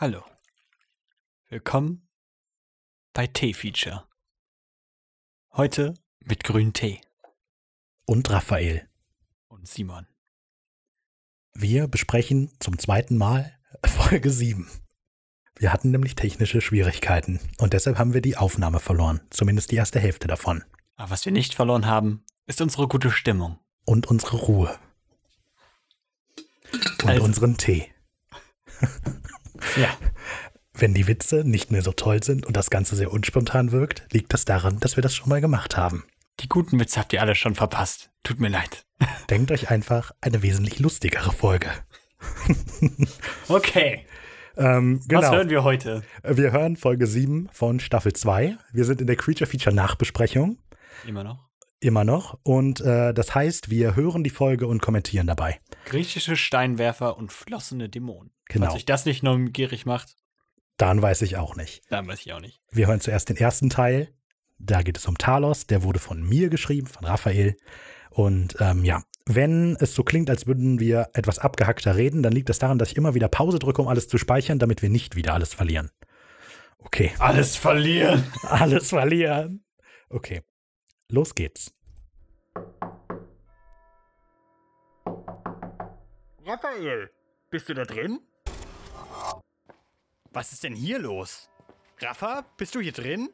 Hallo. Willkommen bei Tee-Feature. Heute mit grünen Tee. Und Raphael. Und Simon. Wir besprechen zum zweiten Mal Folge 7. Wir hatten nämlich technische Schwierigkeiten und deshalb haben wir die Aufnahme verloren. Zumindest die erste Hälfte davon. Aber was wir nicht verloren haben, ist unsere gute Stimmung. Und unsere Ruhe. Und Also. unseren Tee. Ja. Wenn die Witze nicht mehr so toll sind und das Ganze sehr unspontan wirkt, liegt das daran, dass wir das schon mal gemacht haben. Die guten Witze habt ihr alle schon verpasst. Tut mir leid. Denkt euch einfach eine wesentlich lustigere Folge. Okay. Genau. Was hören wir heute? Wir hören Folge 7 von Staffel 2. Wir sind in der Creature-Feature-Nachbesprechung. Immer noch. Und das heißt, wir hören die Folge und kommentieren dabei. Griechische Steinwerfer und flossene Dämonen. Genau. Falls euch das nicht neugierig macht, Dann weiß ich auch nicht. dann weiß ich auch nicht. Wir hören zuerst den ersten Teil. Da geht es um Talos. Der wurde von mir geschrieben, von Raphael. Und wenn es so klingt, als würden wir etwas abgehackter reden, dann liegt das daran, dass ich immer wieder Pause drücke, um alles zu speichern, damit wir nicht wieder alles verlieren. Okay. Alles verlieren. Alles verlieren. Okay. Los geht's. Raphael, bist du da drin? Was ist denn hier los? Rafa, bist du hier drin?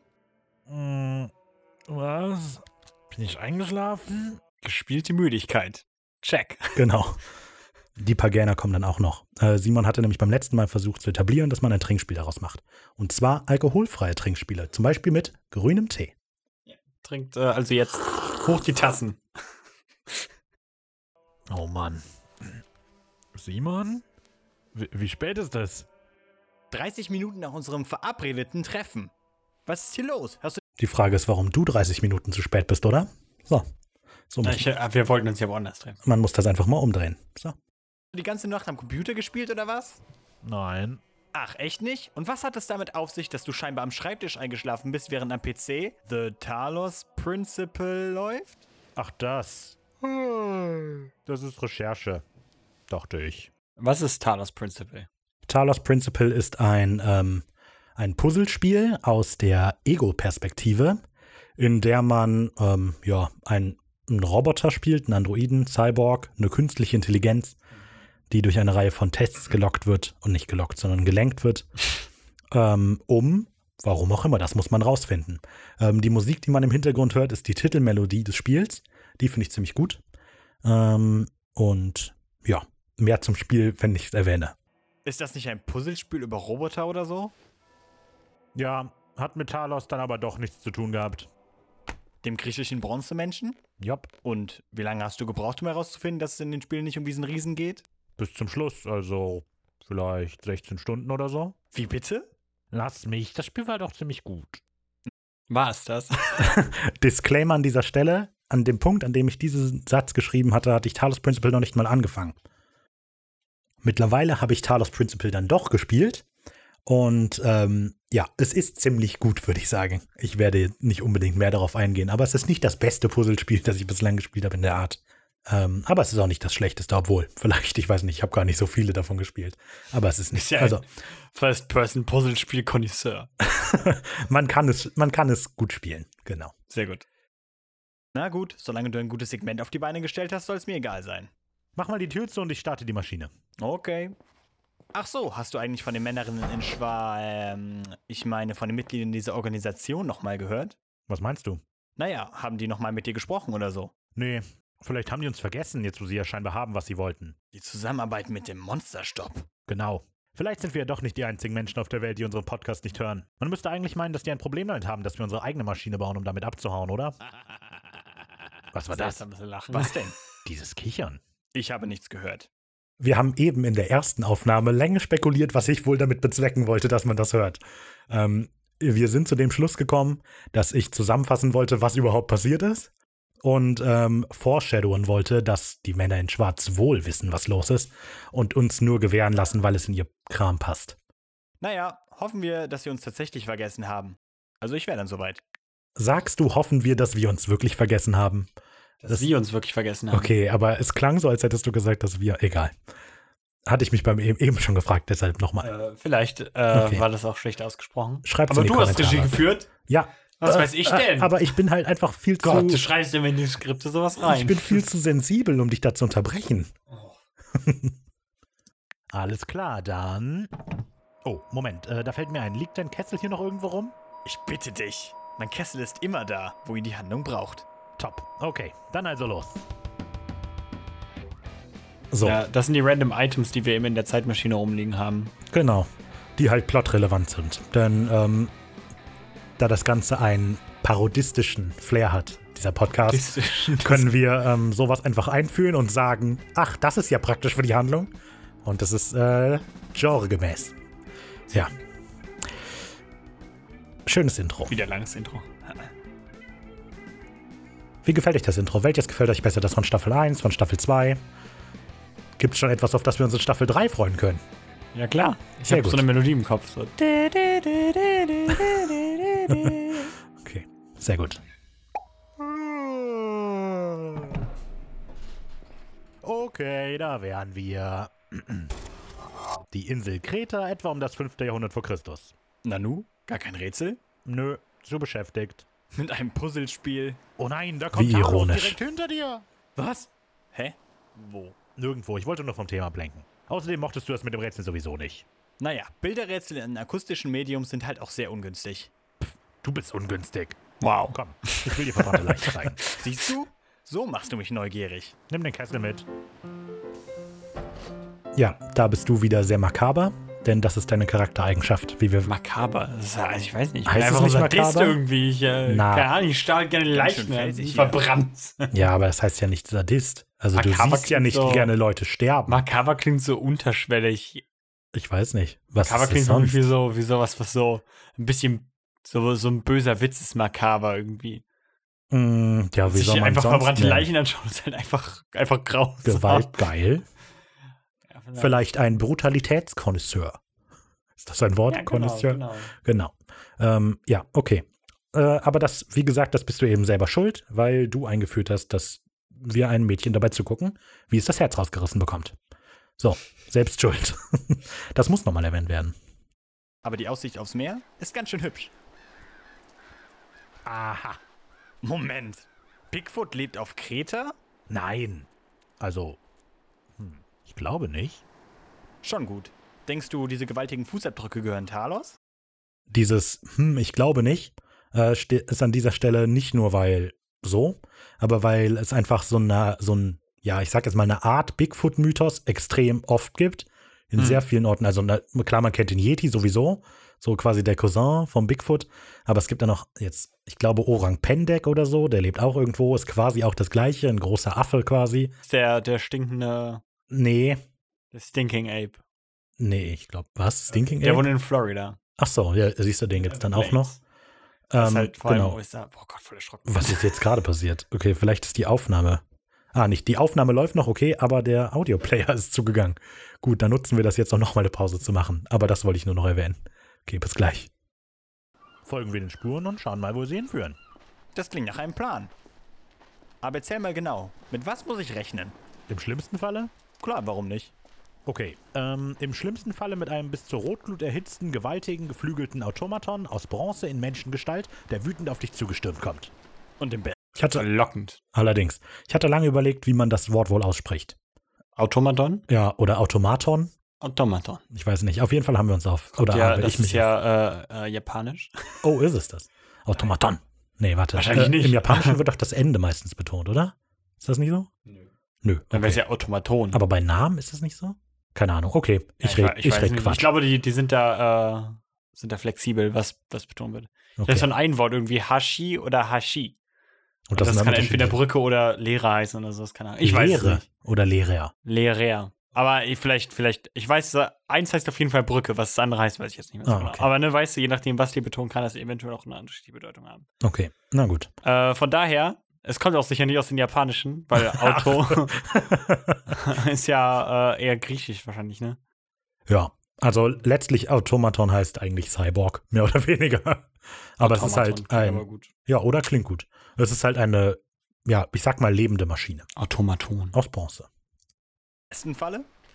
Was? Bin ich eingeschlafen? Gespielte Müdigkeit. Check. Genau. Die Paganer kommen dann auch noch. Simon hatte nämlich beim letzten Mal versucht zu etablieren, dass man ein Trinkspiel daraus macht. Und zwar alkoholfreie Trinkspiele. Zum Beispiel mit grünem Tee. Trinkt also jetzt hoch die Tassen. Oh Mann. Simon? Wie spät ist es? 30 Minuten nach unserem verabredeten Treffen. Was ist hier los? Hast du Die Frage ist, warum du 30 Minuten zu spät bist, oder? So muss Wir wollten uns ja woanders treffen. man muss das einfach mal umdrehen. So. die ganze Nacht am Computer gespielt oder was? Nein. Ach, echt nicht? Und was hat es damit auf sich, dass du scheinbar am Schreibtisch eingeschlafen bist, während am PC The Talos Principle läuft? Ach, das. Das ist Recherche. Dachte ich. Was ist Talos Principle? Talos Principle ist ein Puzzlespiel aus der Ego-Perspektive, in der man einen Roboter spielt, einen Androiden, Cyborg, eine künstliche Intelligenz, die durch eine Reihe von Tests gelockt wird und nicht gelockt, sondern gelenkt wird, warum auch immer, das muss man rausfinden. Die Musik, die man im Hintergrund hört, ist die Titelmelodie des Spiels. Die finde ich ziemlich gut. Und ja, mehr zum Spiel, wenn ich es erwähne. Ist das nicht ein Puzzlespiel über Roboter oder so? Ja, hat mit Talos dann aber doch nichts zu tun gehabt. Dem griechischen Bronzemenschen? Jopp, Und wie lange hast du gebraucht, um herauszufinden, dass es in den Spielen nicht um diesen Riesen geht? bis zum Schluss, also vielleicht 16 Stunden oder so. Wie bitte? Lass mich, das Spiel war doch ziemlich gut. War es das? Disclaimer an dieser Stelle. An dem Punkt, an dem ich diesen Satz geschrieben hatte, hatte ich Talos Principle noch nicht mal angefangen. Mittlerweile habe ich Talos Principle dann doch gespielt. Und es ist ziemlich gut, würde ich sagen. Ich werde nicht unbedingt mehr darauf eingehen. Aber es ist nicht das beste Puzzlespiel, das ich bislang gespielt habe in der Art. Aber es ist auch nicht das schlechteste, obwohl, vielleicht, ich weiß nicht, ich habe gar nicht so viele davon gespielt. Aber es ist nicht. Ist ja Also, First-Person-Puzzlespiel-Konnoisseur. man kann es gut spielen, genau. Sehr gut. Na gut, solange du ein gutes Segment auf die Beine gestellt hast, soll es mir egal sein. Mach mal die Tür zu und ich starte die Maschine. Okay. Ach so, hast du eigentlich von den Männerinnen in von den Mitgliedern dieser Organisation nochmal gehört? Was meinst du? Naja, haben die nochmal mit dir gesprochen oder so? Nee, vielleicht haben die uns vergessen, jetzt wo sie ja scheinbar haben, was sie wollten. Die Zusammenarbeit mit dem Monsterstopp. Genau. Vielleicht sind wir ja doch nicht die einzigen Menschen auf der Welt, die unseren Podcast nicht hören. Man müsste eigentlich meinen, dass die ein Problem damit haben, dass wir unsere eigene Maschine bauen, um damit abzuhauen, oder? Was war das? Seltsames Lachen. Was denn? Dieses Kichern. Ich habe nichts gehört. Wir haben eben in der ersten Aufnahme lange spekuliert, was ich wohl damit bezwecken wollte, dass man das hört. Wir sind zu dem Schluss gekommen, dass ich zusammenfassen wollte, was überhaupt passiert ist und foreshadowen wollte, dass die Männer in Schwarz wohl wissen, was los ist und uns nur gewähren lassen, weil es in ihr Kram passt. Naja, hoffen wir, dass sie uns tatsächlich vergessen haben. Also ich wäre dann soweit. Sagst du, hoffen wir, dass wir uns wirklich vergessen haben? Dass wir uns wirklich vergessen haben. Okay, aber es klang so, als hättest du gesagt, dass wir, egal. Hatte ich mich beim eben schon gefragt, deshalb nochmal. Vielleicht Okay. war das auch schlecht ausgesprochen. Schreibt's Aber in die du hast Kommentare. Regie geführt. Ja. Was weiß ich denn? Aber ich bin halt einfach viel Gott, du zu. schreibst immer in die Skripte sowas rein. Ich bin viel zu sensibel, um dich da zu unterbrechen. Alles klar, dann. Oh, Moment, da fällt mir ein. Liegt dein Kessel hier noch irgendwo rum? Ich bitte dich. Mein Kessel ist immer da, wo ihn die Handlung braucht. Top. Okay, dann also los. So, Ja, das sind die random Items, die wir immer in der Zeitmaschine rumliegen haben. genau. Die halt plotrelevant sind. Denn da das Ganze einen parodistischen Flair hat, dieser Podcast, können wir sowas einfach einführen und sagen, ach, das ist ja praktisch für die Handlung. Und das ist genregemäß. Ja. Schönes Intro. Wieder langes Intro. Wie gefällt euch das Intro? Welches gefällt euch besser? Das von Staffel 1, von Staffel 2? Gibt es schon etwas, auf das wir uns in Staffel 3 freuen können? Ja, klar. Ich Sehr habe so gut. eine Melodie im Kopf. So. Okay, sehr gut. Okay, da wären wir. Die Insel Kreta, etwa um das 5. Jahrhundert vor Christus. Nanu? Gar kein Rätsel? Nö, zu beschäftigt. Mit einem Puzzlespiel? Oh nein, da kommt Wie Talos ironisch. direkt hinter dir. Was? Hä? Wo? Nirgendwo, ich wollte nur vom Thema blenken. Außerdem mochtest du das mit dem Rätsel sowieso nicht. Naja, Bilderrätsel in akustischen Mediums sind halt auch sehr ungünstig. Du bist ungünstig. Wow. Komm, ich will dir verbrannte Leichen zeigen. Siehst du? So machst du mich neugierig. Nimm den Kessel mit. Ja, da bist du wieder sehr makaber, denn das ist deine Charaktereigenschaft, wie wir. Makaber. Das ist, also ich weiß nicht. Ich Heißt bin es einfach ein nicht Sadist makaber? irgendwie. Ich, Na. keine Ahnung, ich stahl gerne Leichen schön felsig hier. verbrannt. Ja, aber das heißt ja nicht Sadist. Also du Makaber siehst ja klingt nicht so- gerne Leute sterben. Makaber klingt so unterschwellig. Ich weiß nicht. Was Makaber ist klingt das für mich sonst? wie sowas, was so ein bisschen so ein böser Witz ist, makaber irgendwie. Ja, wie Sich soll man einfach sonst verbrannte nennen? Leichen anschauen, ist halt einfach grausam. Gewalt, geil. Ja, Vielleicht ein Brutalitätskonnoisseur. Ist das ein Wort? Ja, Konnoisseur? genau. Ja, okay. Aber das, wie gesagt, das bist du eben selber schuld, weil du eingeführt hast, dass wir einem Mädchen dabei zugucken, wie es das Herz rausgerissen bekommt. So, selbst schuld. Das muss nochmal erwähnt werden. Aber die Aussicht aufs Meer ist ganz schön hübsch. Aha. Moment. Bigfoot lebt auf Kreta? Nein. Also, ich glaube nicht. Schon gut. Denkst du, diese gewaltigen Fußabdrücke gehören Talos? Dieses, ich glaube nicht, ist an dieser Stelle nicht nur weil so, aber weil es einfach so ein, ja, ich sag jetzt mal eine Art Bigfoot-Mythos extrem oft gibt. In sehr vielen Orten. Also klar, man kennt den Yeti sowieso, so quasi der Cousin vom Bigfoot. Aber es gibt da noch jetzt, ich glaube, Orang Pendek oder so, der lebt auch irgendwo, ist quasi auch das Gleiche, ein großer Affe quasi. Ist der stinkende, Nee, der Stinking Ape. ich glaube, was? Stinking Der Ape? wohnt in Florida. Ach so, ja, siehst du, den gibt's dann auch noch. Das ist halt vor allem genau. USA. Oh Gott, voll erschrocken. Was ist jetzt gerade passiert? Okay, vielleicht ist die Aufnahme. Nicht. Die Aufnahme läuft noch, okay, aber der Audioplayer ist zugegangen. Gut, dann nutzen wir das jetzt noch mal eine Pause zu machen. Aber das wollte ich nur noch erwähnen. Okay, bis gleich. Folgen wir den Spuren und schauen mal, wo sie hinführen. Das klingt nach einem Plan. Aber erzähl mal genau, mit was muss ich rechnen? Im schlimmsten Falle? Klar, warum nicht? Okay, im schlimmsten Falle mit einem bis zur Rotglut erhitzten, gewaltigen, geflügelten Automaton aus Bronze in Menschengestalt, der wütend auf dich zugestürmt kommt. Und im Bett. Ich hatte Verlockend. allerdings, ich hatte lange überlegt, wie man das Wort wohl ausspricht. Automaton? Ja, oder Automaton? Automaton. Ich weiß nicht. Auf jeden Fall haben wir uns auf. Oder Ja, habe das ich mich ist ja japanisch. Oh, ist es das? Automaton. Nee, warte. Wahrscheinlich nicht. Im Japanischen wird doch das Ende meistens betont, oder? Ist das nicht so? Nö. Dann wäre es Okay. ja Automaton. Aber bei Namen ist das nicht so? Keine Ahnung. Okay, ich weiß red nicht. Quatsch. Ich glaube, die sind da flexibel, was betont wird. Das Okay. ist so ein Wort, irgendwie Hashi oder Hashi. Und das sind kann dann entweder unterschiedliche- Brücke oder Lehrer heißen oder so. Das kann ich weiß es Lehre nicht. oder Lehrer. Lehrer. Aber vielleicht, ich weiß, eins heißt auf jeden Fall Brücke, was das andere heißt, weiß ich jetzt nicht mehr so genau. Okay. Aber ne, weißt du, je nachdem, was die betonen, kann das eventuell auch eine unterschiedliche Bedeutung haben. Okay, na gut. Von daher, es kommt auch sicher nicht aus dem Japanischen, weil Auto ist ja eher griechisch wahrscheinlich, ne? Ja, also letztlich Automaton heißt eigentlich Cyborg, mehr oder weniger. Aber es ist Automaton halt klingt ein, aber gut. ja, oder klingt gut. Es ist halt eine, ja, ich sag mal lebende Maschine Automaton. aus Bronze. Im besten Falle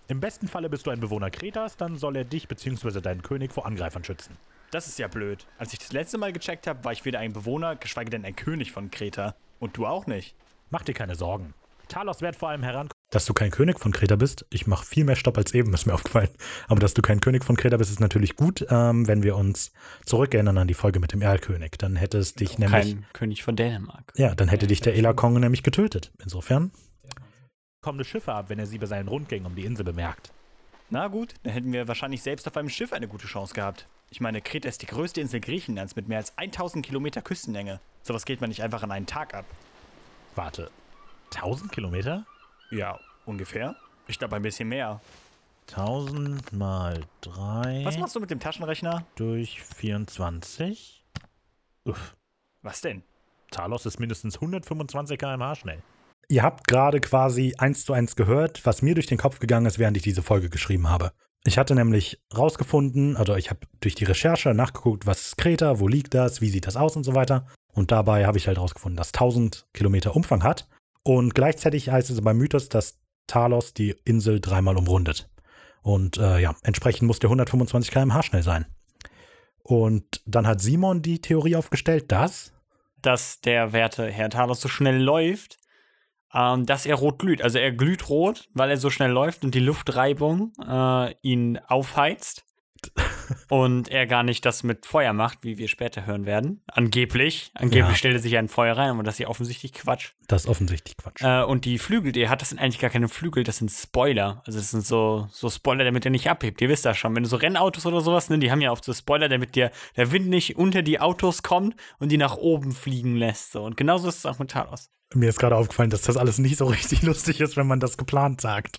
Im besten Falle bist du ein Bewohner Kretas, dann soll er dich bzw. deinen König vor Angreifern schützen. Das ist ja blöd. Als ich das letzte Mal gecheckt habe, war ich weder ein Bewohner, geschweige denn ein König von Kreta. Und du auch nicht. Mach dir keine Sorgen. Talos wird vor allem herankommen. Dass du kein König von Kreta bist, ich mache viel mehr Stopp als eben, ist mir aufgefallen. Aber dass du kein König von Kreta bist, ist natürlich gut, wenn wir uns zurückerinnern an die Folge mit dem Erlkönig. Dann hätte es dich nämlich... Kein König von Dänemark. Ja, dann hätte dich der Elakong nämlich getötet. Insofern... kommende Schiffe ab, wenn er sie bei seinen Rundgängen um die Insel bemerkt. Na gut, dann hätten wir wahrscheinlich selbst auf einem Schiff eine gute Chance gehabt. Ich meine, Kreta ist die größte Insel Griechenlands mit mehr als 1000 Kilometer Küstenlänge. Sowas geht man nicht einfach an einen Tag ab. Warte, 1000 Kilometer? Ja, ungefähr. Ich glaube ein bisschen mehr. 1000 mal 3 Was machst du mit dem Taschenrechner? durch 24? Uff, Was denn? Talos ist mindestens 125 km/h schnell. Ihr habt gerade quasi 1:1 gehört, was mir durch den Kopf gegangen ist, während ich diese Folge geschrieben habe. Ich hatte nämlich rausgefunden, also ich habe durch die Recherche nachgeguckt, was ist Kreta, wo liegt das, wie sieht das aus und so weiter. Und dabei habe ich halt rausgefunden, dass 1000 Kilometer Umfang hat. Und gleichzeitig heißt es beim Mythos, dass Talos die Insel 3-mal umrundet. Und entsprechend muss der 125 km/h schnell sein. Und dann hat Simon die Theorie aufgestellt, Dass der werte Herr Talos so schnell läuft, dass er rot glüht. Also er glüht rot, weil er so schnell läuft und die Luftreibung ihn aufheizt. Und er gar nicht das mit Feuer macht, wie wir später hören werden. Angeblich. Angeblich stellt er sich ein Feuer rein, aber das ist ja offensichtlich Quatsch. das ist offensichtlich Quatsch. Und die Flügel, die er hat, das sind eigentlich gar keine Flügel, das sind Spoiler. Also das sind so Spoiler, damit er nicht abhebt. Ihr wisst das schon. Wenn du so Rennautos oder sowas, ne, die haben ja oft so Spoiler, damit der Wind nicht unter die Autos kommt und die nach oben fliegen lässt. So. Und genauso ist es auch mit Talos. Mir ist gerade aufgefallen, dass das alles nicht so richtig lustig ist, wenn man das geplant sagt.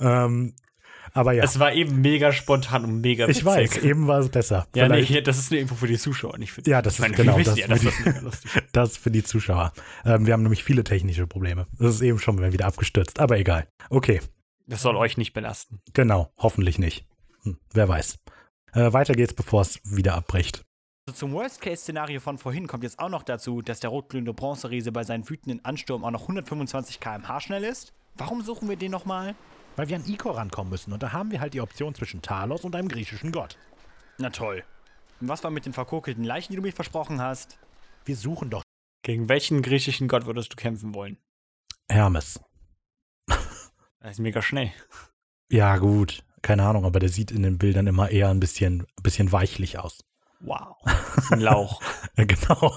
Aber ja, Es war eben mega spontan und mega witzig. ich weiß, eben war es besser. Ja, nee, Vielleicht- das ist eine Info für die Zuschauer, nicht für die. Ja, das Ich ist meine, genau wir wissen das ja, dass für das mega lustig ist. das für die Zuschauer. Wir haben nämlich viele technische Probleme. Das ist eben schon wieder abgestürzt, aber egal. Okay, Das soll euch nicht belasten. genau, hoffentlich nicht. Wer weiß. Weiter geht's, bevor es wieder abbricht. Also zum Worst-Case-Szenario von vorhin kommt jetzt auch noch dazu, dass der rotglühende Bronzeriese bei seinem wütenden Ansturm auch noch 125 km/h schnell ist. Warum suchen wir den nochmal? Weil wir an Ikor rankommen müssen und da haben wir halt die Option zwischen Talos und einem griechischen Gott. Na toll. Und was war mit den verkokelten Leichen, die du mir versprochen hast? Wir suchen doch. Gegen welchen griechischen Gott würdest du kämpfen wollen? Hermes. Das ist mega schnell. Ja, gut. Keine Ahnung, aber der sieht in den Bildern immer eher ein bisschen weichlich aus. Wow. Das ist ein Lauch. Genau.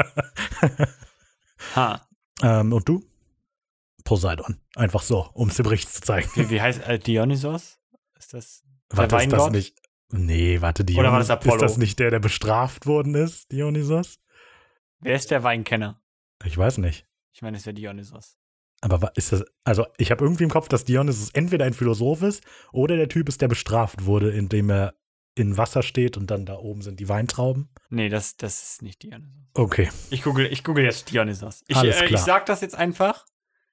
Ha. Und du? Poseidon. Einfach so, um es dem Bericht zu zeigen. Wie heißt Dionysos? Ist das Warte, ist das Weingott? nicht? Nee, warte, Dionysos. Oder war das Apollo? Ist das nicht der bestraft worden ist, Dionysos? Wer ist der Weinkenner? Ich weiß nicht. Ich meine, es ist der Dionysos. Aber ist das, also ich habe irgendwie im Kopf, dass Dionysos entweder ein Philosoph ist oder der Typ ist, der bestraft wurde, indem er in Wasser steht und dann da oben sind die Weintrauben. Nee, das ist nicht Dionysos. Okay. Ich google jetzt Dionysos. Alles Ich klar. sag das jetzt einfach,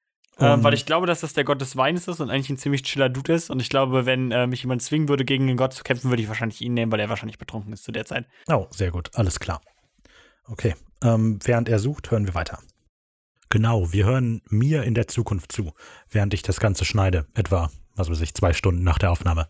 weil ich glaube, dass das der Gott des Weines ist und eigentlich ein ziemlich chiller Dude ist. Und ich glaube, wenn mich jemand zwingen würde, gegen den Gott zu kämpfen, würde ich wahrscheinlich ihn nehmen, weil er wahrscheinlich betrunken ist zu der Zeit. Oh, sehr gut, alles klar. Okay, während er sucht, hören wir weiter. Genau, wir hören mir in der Zukunft zu, während ich das Ganze schneide, etwa, 2 Stunden nach der Aufnahme,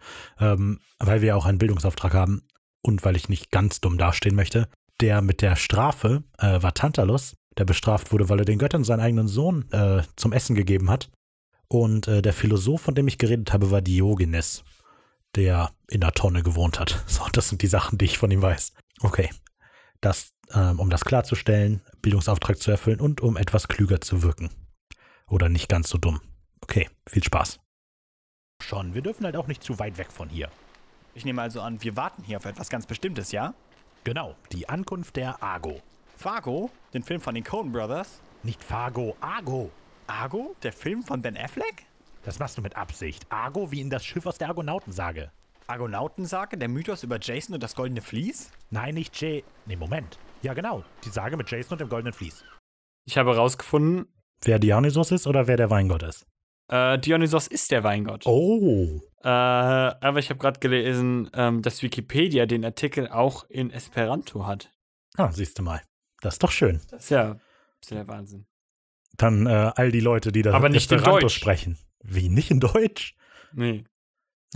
weil wir auch einen Bildungsauftrag haben und weil ich nicht ganz dumm dastehen möchte. Der mit der Strafe war Tantalus, der bestraft wurde, weil er den Göttern seinen eigenen Sohn zum Essen gegeben hat. Und der Philosoph, von dem ich geredet habe, war Diogenes, der in der Tonne gewohnt hat. So, das sind die Sachen, die ich von ihm weiß. Okay, das, um das klarzustellen, Bildungsauftrag zu erfüllen und um etwas klüger zu wirken. Oder nicht ganz so dumm. Okay, viel Spaß. Schon, wir dürfen halt auch nicht zu weit weg von hier. Ich nehme also an, wir warten hier auf etwas ganz Bestimmtes, ja? Genau, die Ankunft der Argo. Fargo, den Film von den Coen Brothers. Nicht Fargo, Argo. Argo, der Film von Ben Affleck? Das machst du mit Absicht. Argo wie in das Schiff aus der Argonautensage. Argonautensage, der Mythos über Jason und das goldene Vlies? Nein, nicht Nee, Moment. Ja, genau. Die Sage mit Jason und dem goldenen Vlies. Ich habe herausgefunden, Wer Dionysos ist oder wer der Weingott ist? Dionysos ist der Weingott. Oh. Aber ich habe gerade gelesen, dass Wikipedia den Artikel auch in Esperanto hat. Ah, siehst du mal. Das ist doch schön. Das ist ja der Wahnsinn. Dann all die Leute, die das Aber nicht in Esperanto Deutsch. sprechen. Wie, nicht in Deutsch? Nee.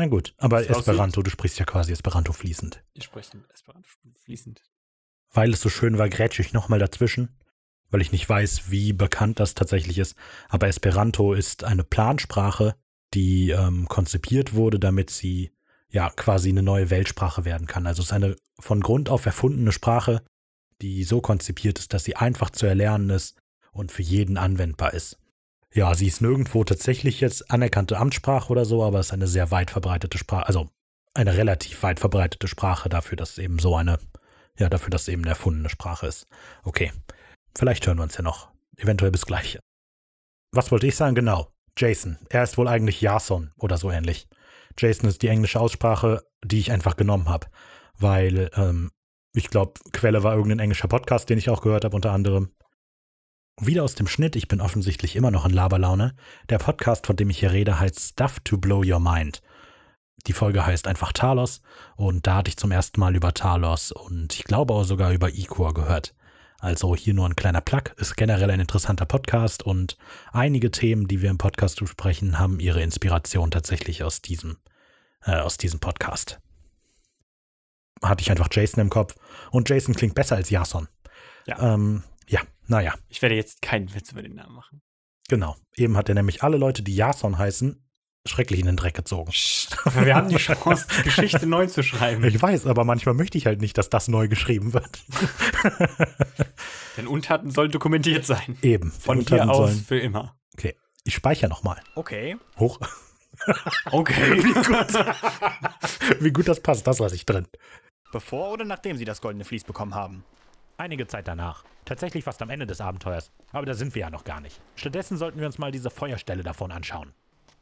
Na gut, aber Wie es Esperanto, du sprichst ja quasi Esperanto fließend. Ich spreche Esperanto fließend. Weil es so schön war, grätsche ich nochmal dazwischen, weil ich nicht weiß, wie bekannt das tatsächlich ist. Aber Esperanto ist eine Plansprache, die konzipiert wurde, damit sie ja quasi eine neue Weltsprache werden kann. Also es ist eine von Grund auf erfundene Sprache, die so konzipiert ist, dass sie einfach zu erlernen ist und für jeden anwendbar ist. Ja, sie ist nirgendwo tatsächlich jetzt anerkannte Amtssprache oder so, aber es ist eine sehr weit verbreitete Sprache, also eine relativ weit verbreitete Sprache dafür, dass es eben dafür, dass es eben eine erfundene Sprache ist. Okay, vielleicht hören wir uns ja noch. Eventuell bis gleich. Was wollte ich sagen? Genau, Jason. Er ist wohl eigentlich Jason oder so ähnlich. Jason ist die englische Aussprache, die ich einfach genommen habe, weil ich glaube, Quelle war irgendein englischer Podcast, den ich auch gehört habe, unter anderem. Wieder aus dem Schnitt, ich bin offensichtlich immer noch in Laberlaune. Der Podcast, von dem ich hier rede, heißt Stuff to Blow Your Mind. Die Folge heißt einfach Talos und da hatte ich zum ersten Mal über Talos und ich glaube auch sogar über Ichor gehört. Also hier nur ein kleiner Plug, ist generell ein interessanter Podcast und einige Themen, die wir im Podcast besprechen, haben ihre Inspiration tatsächlich aus diesem Podcast. Hatte ich einfach Jason im Kopf und Jason klingt besser als Jason. Ja. Naja. Ich werde jetzt keinen Witz über den Namen machen. Genau. Eben hat er nämlich alle Leute, die Jason heißen, schrecklich in den Dreck gezogen. Aber wir haben die Chance, die Geschichte neu zu schreiben. Ich weiß, aber manchmal möchte ich halt nicht, dass das neu geschrieben wird. Denn Untaten sollen dokumentiert sein. Eben. Von hier aus für immer. Okay. Ich speichere nochmal. Okay. Hoch. Okay. Wie gut das passt, das lasse ich drin. Bevor oder nachdem sie das goldene Vlies bekommen haben? Einige Zeit danach. Tatsächlich fast am Ende des Abenteuers. Aber da sind wir ja noch gar nicht. Stattdessen sollten wir uns mal diese Feuerstelle davon anschauen.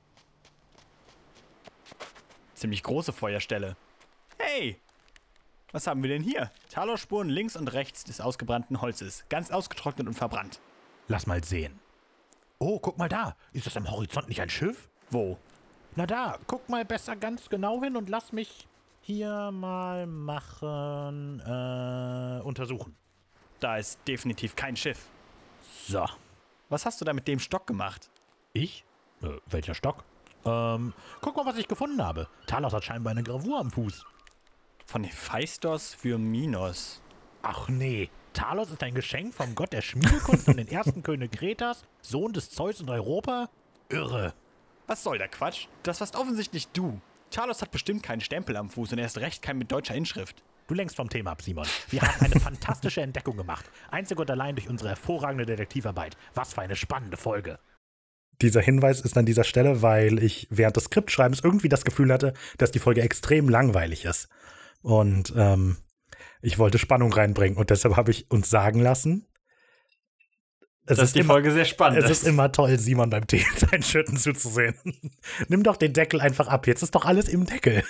Ziemlich große Feuerstelle. Hey! Was haben wir denn hier? Talos-Spuren links und rechts des ausgebrannten Holzes. Ganz ausgetrocknet und verbrannt. Lass mal sehen. Oh, guck mal da. Ist das am Horizont nicht ein Schiff? Wo? Na da, guck mal besser ganz genau hin und lass mich hier mal untersuchen. Da ist definitiv kein Schiff. So. Was hast du da mit dem Stock gemacht? Ich? Welcher Stock? Guck mal, was ich gefunden habe. Talos hat scheinbar eine Gravur am Fuß. Von Hephaistos für Minos. Ach nee. Talos ist ein Geschenk vom Gott der Schmiedekunst und den ersten König Kretas, Sohn des Zeus und Europa? Irre. Was soll der Quatsch? Das warst offensichtlich du. Talos hat bestimmt keinen Stempel am Fuß und erst recht keinen mit deutscher Inschrift. Du lenkst vom Thema ab, Simon. Wir haben eine fantastische Entdeckung gemacht. Einzig und allein durch unsere hervorragende Detektivarbeit. Was für eine spannende Folge. Dieser Hinweis ist an dieser Stelle, weil ich während des Skriptschreibens irgendwie das Gefühl hatte, dass die Folge extrem langweilig ist. Und ich wollte Spannung reinbringen und deshalb habe ich uns sagen lassen, dass die Folge sehr spannend ist. Es ist immer toll, Simon beim Tee einschütten zuzusehen. Nimm doch den Deckel einfach ab. Jetzt ist doch alles im Deckel.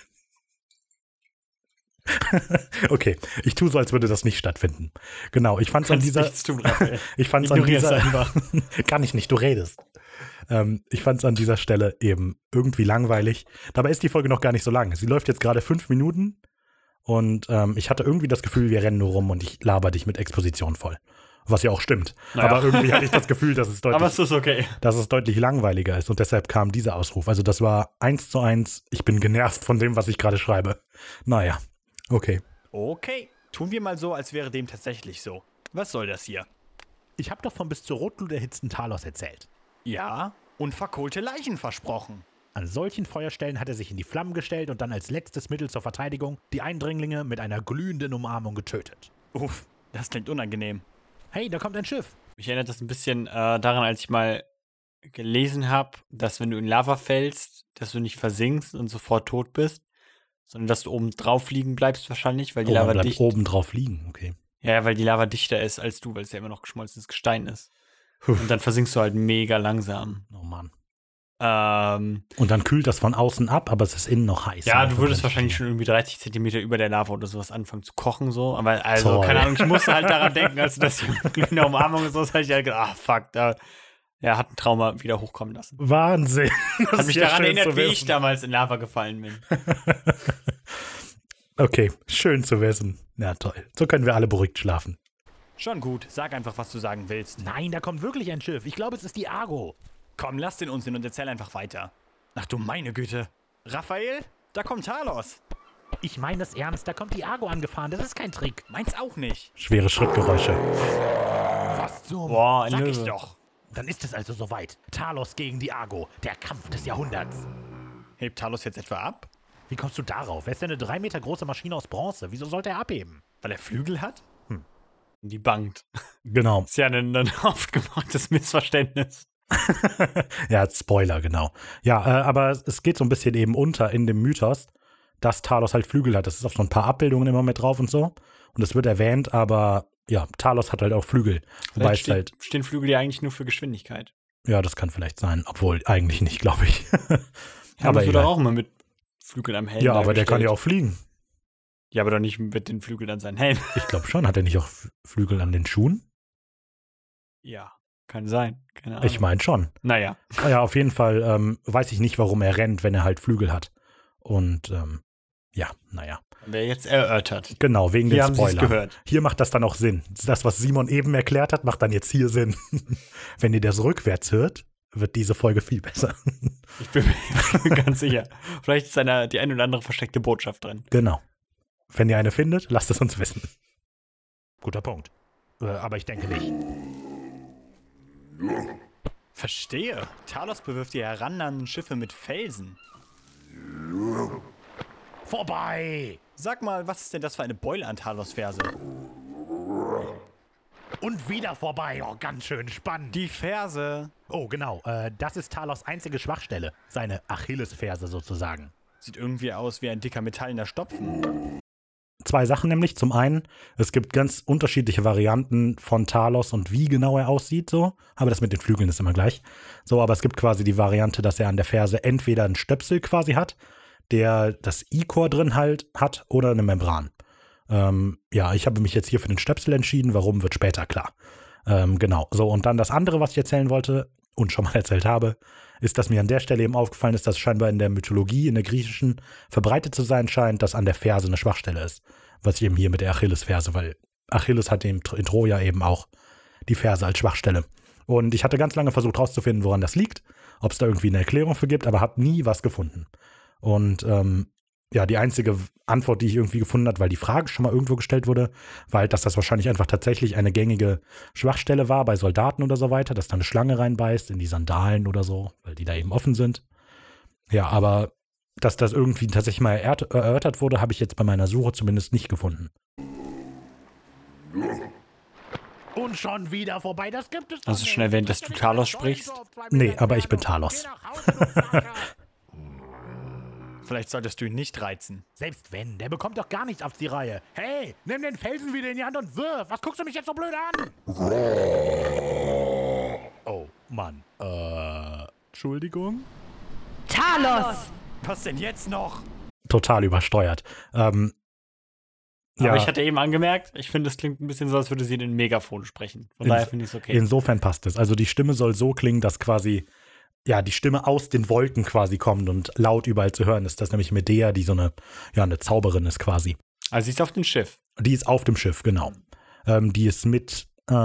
Okay, ich tue so, als würde das nicht stattfinden. Genau, ich fand's an dieser. Nichts tun, Raphael. Ich fand's an Ignorier's dieser. einfach. Kann ich nicht, du redest. Ich fand's an dieser Stelle eben irgendwie langweilig. Dabei ist die Folge noch gar nicht so lang. Sie läuft jetzt gerade 5 Minuten und ich hatte irgendwie das Gefühl, wir rennen nur rum und ich laber dich mit Exposition voll. Was ja auch stimmt. Naja. Aber irgendwie hatte ich das Gefühl, dass es Aber es ist okay. deutlich langweiliger ist. Und deshalb kam dieser Ausruf. Also das war 1:1. Ich bin genervt von dem, was ich gerade schreibe. Naja, okay. Okay, tun wir mal so, als wäre dem tatsächlich so. Was soll das hier? Ich habe doch von bis zur Rotglut erhitzten Talos erzählt. Ja, und verkohlte Leichen versprochen. An solchen Feuerstellen hat er sich in die Flammen gestellt und dann als letztes Mittel zur Verteidigung die Eindringlinge mit einer glühenden Umarmung getötet. Uff, das klingt unangenehm. Hey, da kommt ein Schiff. Mich erinnert das ein bisschen daran, als ich mal gelesen habe, dass wenn du in Lava fällst, dass du nicht versinkst und sofort tot bist, sondern dass du oben drauf liegen bleibst wahrscheinlich, weil die Lava dicht oben drauf liegen, okay. Ja, weil die Lava dichter ist als du, weil es ja immer noch geschmolzenes Gestein ist. Und dann versinkst du halt mega langsam. Oh Mann. Und dann kühlt das von außen ab, aber es ist innen noch heiß. ja, du würdest wahrscheinlich schon irgendwie 30 Zentimeter über der Lava oder sowas anfangen zu kochen, so. Aber also, Toll. keine Ahnung, ich musste halt daran denken, als du das in der Umarmung und so, habe ich halt gedacht, fuck, da hat ein Trauma wieder hochkommen lassen. Wahnsinn. Hat mich daran erinnert, wie ich damals in Lava gefallen bin. Okay, schön zu wissen. Ja, toll. So können wir alle beruhigt schlafen. Schon gut, sag einfach, was du sagen willst. Nein, da kommt wirklich ein Schiff. Ich glaube, es ist die Argo. Komm, lass den Unsinn und erzähl einfach weiter. Ach du meine Güte. Raphael? Da kommt Talos. Ich meine es ernst, da kommt die Argo angefahren, das ist kein Trick. Meins auch nicht. Schwere Schrittgeräusche. Was zum... Boah, ein Sag ich Löwe. doch. Dann ist es also soweit. Talos gegen die Argo, der Kampf des Jahrhunderts. Hebt Talos jetzt etwa ab? Wie kommst du darauf? Er ist ja eine 3 Meter große Maschine aus Bronze. Wieso sollte er abheben? Weil er Flügel hat? Die bangt. Genau. Ist ja ein oft gemachtes Missverständnis. Ja, Spoiler, genau. Ja, aber es geht so ein bisschen eben unter in dem Mythos, dass Talos halt Flügel hat. Das ist auf so ein paar Abbildungen immer mit drauf und so. Und es wird erwähnt, aber ja, Talos hat halt auch Flügel. Wobei es halt, Stehen Flügel ja eigentlich nur für Geschwindigkeit. ja, das kann vielleicht sein. Obwohl, eigentlich nicht, glaube ich. Ja, aber du egal. doch auch immer mit Flügeln am Helm. Ja, aber der kann ja dargestellt. auch fliegen. Ja, aber doch nicht mit den Flügeln an seinen Helm. Ich glaube schon. Hat er nicht auch Flügel an den Schuhen? Ja, kann sein. Keine Ahnung. Ich meine schon. Naja. Ja, auf jeden Fall weiß ich nicht, warum er rennt, wenn er halt Flügel hat. Und ja, naja. Wer jetzt erörtert. Genau, wegen Hier den haben Sie es Spoilern. gehört. Hier macht das dann auch Sinn. Das, was Simon eben erklärt hat, macht dann jetzt hier Sinn. Wenn ihr das rückwärts hört, wird diese Folge viel besser. Ich bin mir ganz sicher. Vielleicht ist die ein oder andere versteckte Botschaft drin. Genau. Wenn ihr eine findet, lasst es uns wissen. Guter Punkt. Aber ich denke nicht. Verstehe. Talos bewirft die herannahenden Schiffe mit Felsen. Vorbei! Sag mal, was ist denn das für eine Beule an Talos Ferse? Und wieder vorbei. Oh, ganz schön spannend. Die Ferse. Oh, genau. Das ist Talos einzige Schwachstelle. Seine Achillesferse sozusagen. Sieht irgendwie aus wie ein dicker metallener Stopfen. 2 Sachen nämlich. Zum einen, es gibt ganz unterschiedliche Varianten von Talos und wie genau er aussieht, so. Aber das mit den Flügeln ist immer gleich. So, aber es gibt quasi die Variante, dass er an der Ferse entweder einen Stöpsel quasi hat, der das I-Core drin halt hat, oder eine Membran. Ja, ich habe mich jetzt hier für den Stöpsel entschieden. Warum, wird später klar. Genau. So, und dann das andere, was ich erzählen wollte und schon mal erzählt habe, ist, dass mir an der Stelle eben aufgefallen ist, dass scheinbar in der Mythologie, in der griechischen, verbreitet zu sein scheint, dass an der Ferse eine Schwachstelle ist. Was eben hier mit der Achillesferse, weil Achilles hat in Troja eben auch die Ferse als Schwachstelle. Und ich hatte ganz lange versucht rauszufinden, woran das liegt, ob es da irgendwie eine Erklärung für gibt, aber habe nie was gefunden. Und ja, die einzige Antwort, die ich irgendwie gefunden habe, weil die Frage schon mal irgendwo gestellt wurde, war halt, dass das wahrscheinlich einfach tatsächlich eine gängige Schwachstelle war bei Soldaten oder so weiter, dass da eine Schlange reinbeißt in die Sandalen oder so, weil die da eben offen sind. Ja, aber dass das irgendwie tatsächlich mal erörtert wurde, habe ich jetzt bei meiner Suche zumindest nicht gefunden. Und schon wieder vorbei. Das gibt es doch Hast du schon nicht. erwähnt, dass du Talos sprichst? Nee, aber ich bin Talos. Geh nach Hause, du Vater. Vielleicht solltest du ihn nicht reizen. Selbst wenn, der bekommt doch gar nichts auf die Reihe. Hey, nimm den Felsen wieder in die Hand und wirf. Was guckst du mich jetzt so blöd an? Oh, Mann. Entschuldigung? Talos! Was denn jetzt noch? Total übersteuert. Aber Ja, ich hatte eben angemerkt, ich finde, es klingt ein bisschen so, als würde sie in den Megafon sprechen. Von daher finde ich es okay. insofern passt es. Also die Stimme soll so klingen, dass quasi ja, die Stimme aus den Wolken quasi kommt und laut überall zu hören ist. Das ist nämlich Medea, die so eine Zauberin ist quasi. Also sie ist auf dem Schiff. Die ist auf dem Schiff, genau. Die ist mit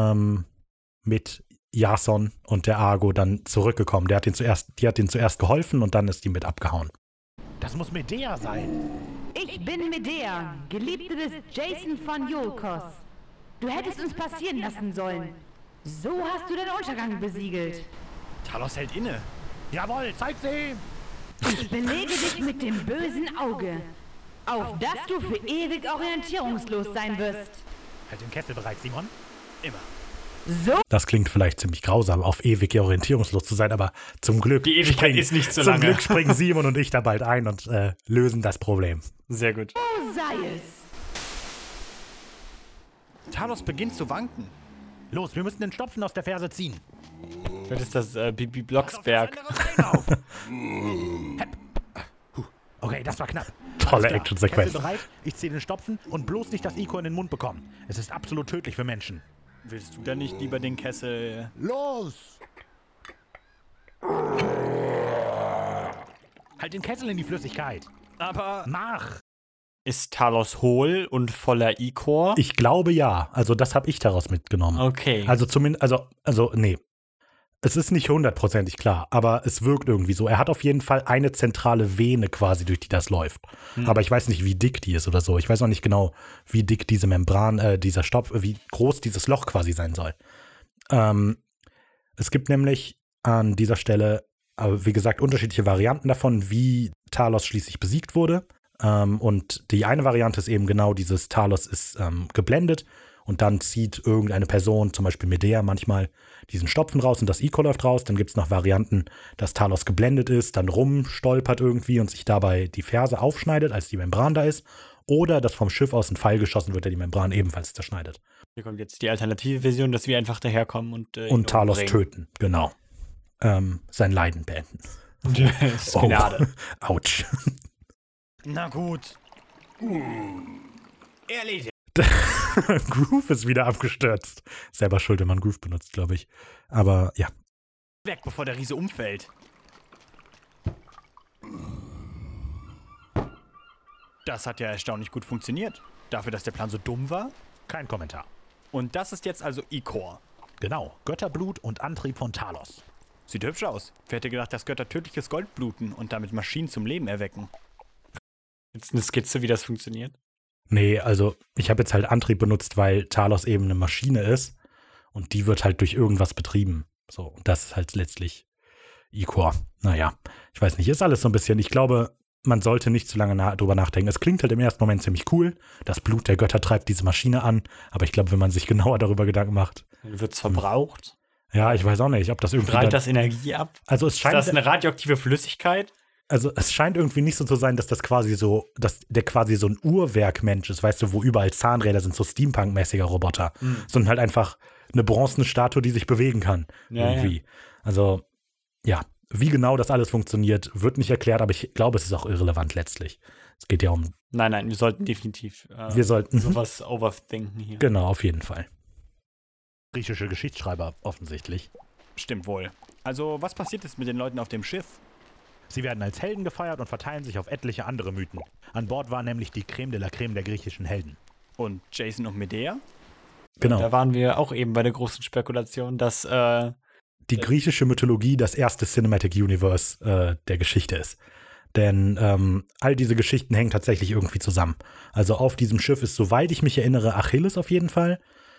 Jason und der Argo dann zurückgekommen. Die hat denen zuerst geholfen und dann ist die mit abgehauen. Das muss Medea sein. Ich bin Medea, Geliebte des Jason von Iolkos. Du hättest uns passieren lassen sollen. So hast du den Untergang besiegelt. Talos hält inne. Jawohl, zeig sie. Ich belege dich mit dem bösen Auge, auf dass du für ewig orientierungslos sein wirst. Halt den Kessel bereit, Simon. Immer. So Das klingt vielleicht ziemlich grausam, auf ewig orientierungslos zu sein, aber zum Glück Die Ewigkeit ist nicht so lange. Zum Glück springen Simon und ich da bald ein und lösen das Problem. Sehr gut. sei es. Talos beginnt zu wanken. Los, wir müssen den Stopfen aus der Ferse ziehen. Das ist das Bibi Blocksberg. Okay, das war knapp. Tolle Alles klar. Action-Sequenz. Kessel bereit? Ich ziehe den Stopfen und bloß nicht das Iko in den Mund bekommen. Es ist absolut tödlich für Menschen. Willst du da nicht lieber den Kessel... Los! Halt den Kessel in die Flüssigkeit. Aber... Mach! Ist Talos hohl und voller Ichor? Ich glaube ja. Also das habe ich daraus mitgenommen. Okay. Also zumindest, nee. Es ist nicht hundertprozentig klar, aber es wirkt irgendwie so. Er hat auf jeden Fall eine zentrale Vene quasi, durch die das läuft. Aber ich weiß nicht, wie dick die ist oder so. Ich weiß auch nicht genau, wie dick diese Membran, dieser Stoff, wie groß dieses Loch quasi sein soll. Es gibt nämlich an dieser Stelle, wie gesagt, unterschiedliche Varianten davon, wie Talos schließlich besiegt wurde. Und die eine Variante ist eben genau dieses: Talos ist geblendet und dann zieht irgendeine Person, zum Beispiel Medea, manchmal diesen Stopfen raus und das Ichor läuft raus. Dann gibt es noch Varianten, dass Talos geblendet ist, dann rumstolpert irgendwie und sich dabei die Ferse aufschneidet, als die Membran da ist. Oder dass vom Schiff aus ein Pfeil geschossen wird, der die Membran ebenfalls zerschneidet. Hier kommt jetzt die alternative Version, dass wir einfach daherkommen und Und Talos umbringen. töten, genau. Sein Leiden beenden. Das ist Gnade. Oh. Autsch. Na gut. Erledigt. Groove ist wieder abgestürzt. Selber schuld, wenn man Groove benutzt, glaube ich. Aber ja. Weg, bevor der Riese umfällt. Das hat ja erstaunlich gut funktioniert. Dafür, dass der Plan so dumm war. Kein Kommentar. Und das ist jetzt also Ichor. Genau, Götterblut und Antrieb von Talos. Sieht hübsch aus. Wer hätte gedacht, dass Götter tödliches Gold bluten und damit Maschinen zum Leben erwecken? Jetzt eine Skizze, wie das funktioniert. Nee, also ich habe jetzt halt Antrieb benutzt, weil Talos eben eine Maschine ist und die wird halt durch irgendwas betrieben. So, und das ist halt letztlich Ichor. Naja, ich weiß nicht, ist alles so ein bisschen, ich glaube, man sollte nicht zu lange drüber nachdenken. Es klingt halt im ersten Moment ziemlich cool. Das Blut der Götter treibt diese Maschine an, aber ich glaube, wenn man sich genauer darüber Gedanken macht. Wird es verbraucht? Ja, ich weiß auch nicht, ob das irgendwie. Strahlt das Energie ab? Also es Ist scheint. das eine radioaktive Flüssigkeit? Also es scheint irgendwie nicht so zu sein, dass das quasi so, dass der quasi so ein Uhrwerkmensch ist, weißt du, wo überall Zahnräder sind, so Steampunk-mäßiger Roboter, sondern halt einfach eine bronzene Statue, die sich bewegen kann. Ja, irgendwie. Also, ja, wie genau das alles funktioniert, wird nicht erklärt, aber ich glaube, es ist auch irrelevant letztlich. Es geht ja um. Nein, wir sollten definitiv Wir sollten sowas overthinken hier. Genau, auf jeden Fall. Griechische Geschichtsschreiber offensichtlich. Stimmt wohl. Also, was passiert jetzt mit den Leuten auf dem Schiff? Sie werden als Helden gefeiert und verteilen sich auf etliche andere Mythen. An Bord war nämlich die Creme de la Creme der griechischen Helden. Und Jason und Medea? Genau. Da waren wir auch eben bei der großen Spekulation, dass Die griechische Mythologie das erste Cinematic Universe der Geschichte ist. Denn all diese Geschichten hängen tatsächlich irgendwie zusammen. Also auf diesem Schiff ist, soweit ich mich erinnere, Achilles auf jeden Fall.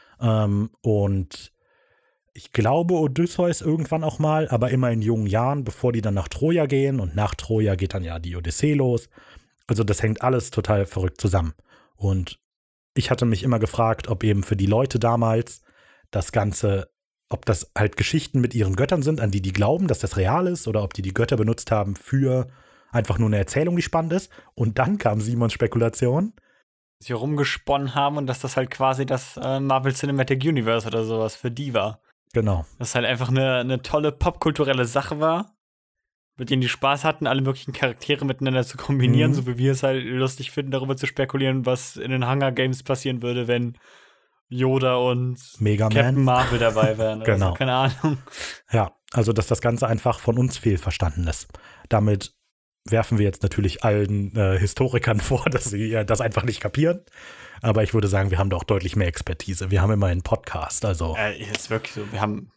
Und ich glaube Odysseus irgendwann auch mal, aber immer in jungen Jahren, bevor die dann nach Troja gehen. Und nach Troja geht dann ja die Odyssee los. Also das hängt alles total verrückt zusammen. Und ich hatte mich immer gefragt, ob eben für die Leute damals das Ganze, ob das halt Geschichten mit ihren Göttern sind, an die die glauben, dass das real ist, oder ob die Götter benutzt haben für einfach nur eine Erzählung, die spannend ist. Und dann kam Simons Spekulation. sie rumgesponnen haben und dass das halt quasi das Marvel Cinematic Universe oder sowas für die war. Genau. Das halt einfach eine tolle popkulturelle Sache war, mit denen die Spaß hatten, alle möglichen Charaktere miteinander zu kombinieren, so wie wir es halt lustig finden, darüber zu spekulieren, was in den Hunger Games passieren würde, wenn Yoda und Mega Captain Man. Marvel dabei wären. Oder Genau. so, keine Ahnung. Ja, also dass das Ganze einfach von uns fehlverstanden ist. Damit werfen wir jetzt natürlich allen Historikern vor, dass sie das einfach nicht kapieren. Aber ich würde sagen, wir haben da auch deutlich mehr Expertise. Wir haben immer einen Podcast, also. Ist wirklich so. Wir haben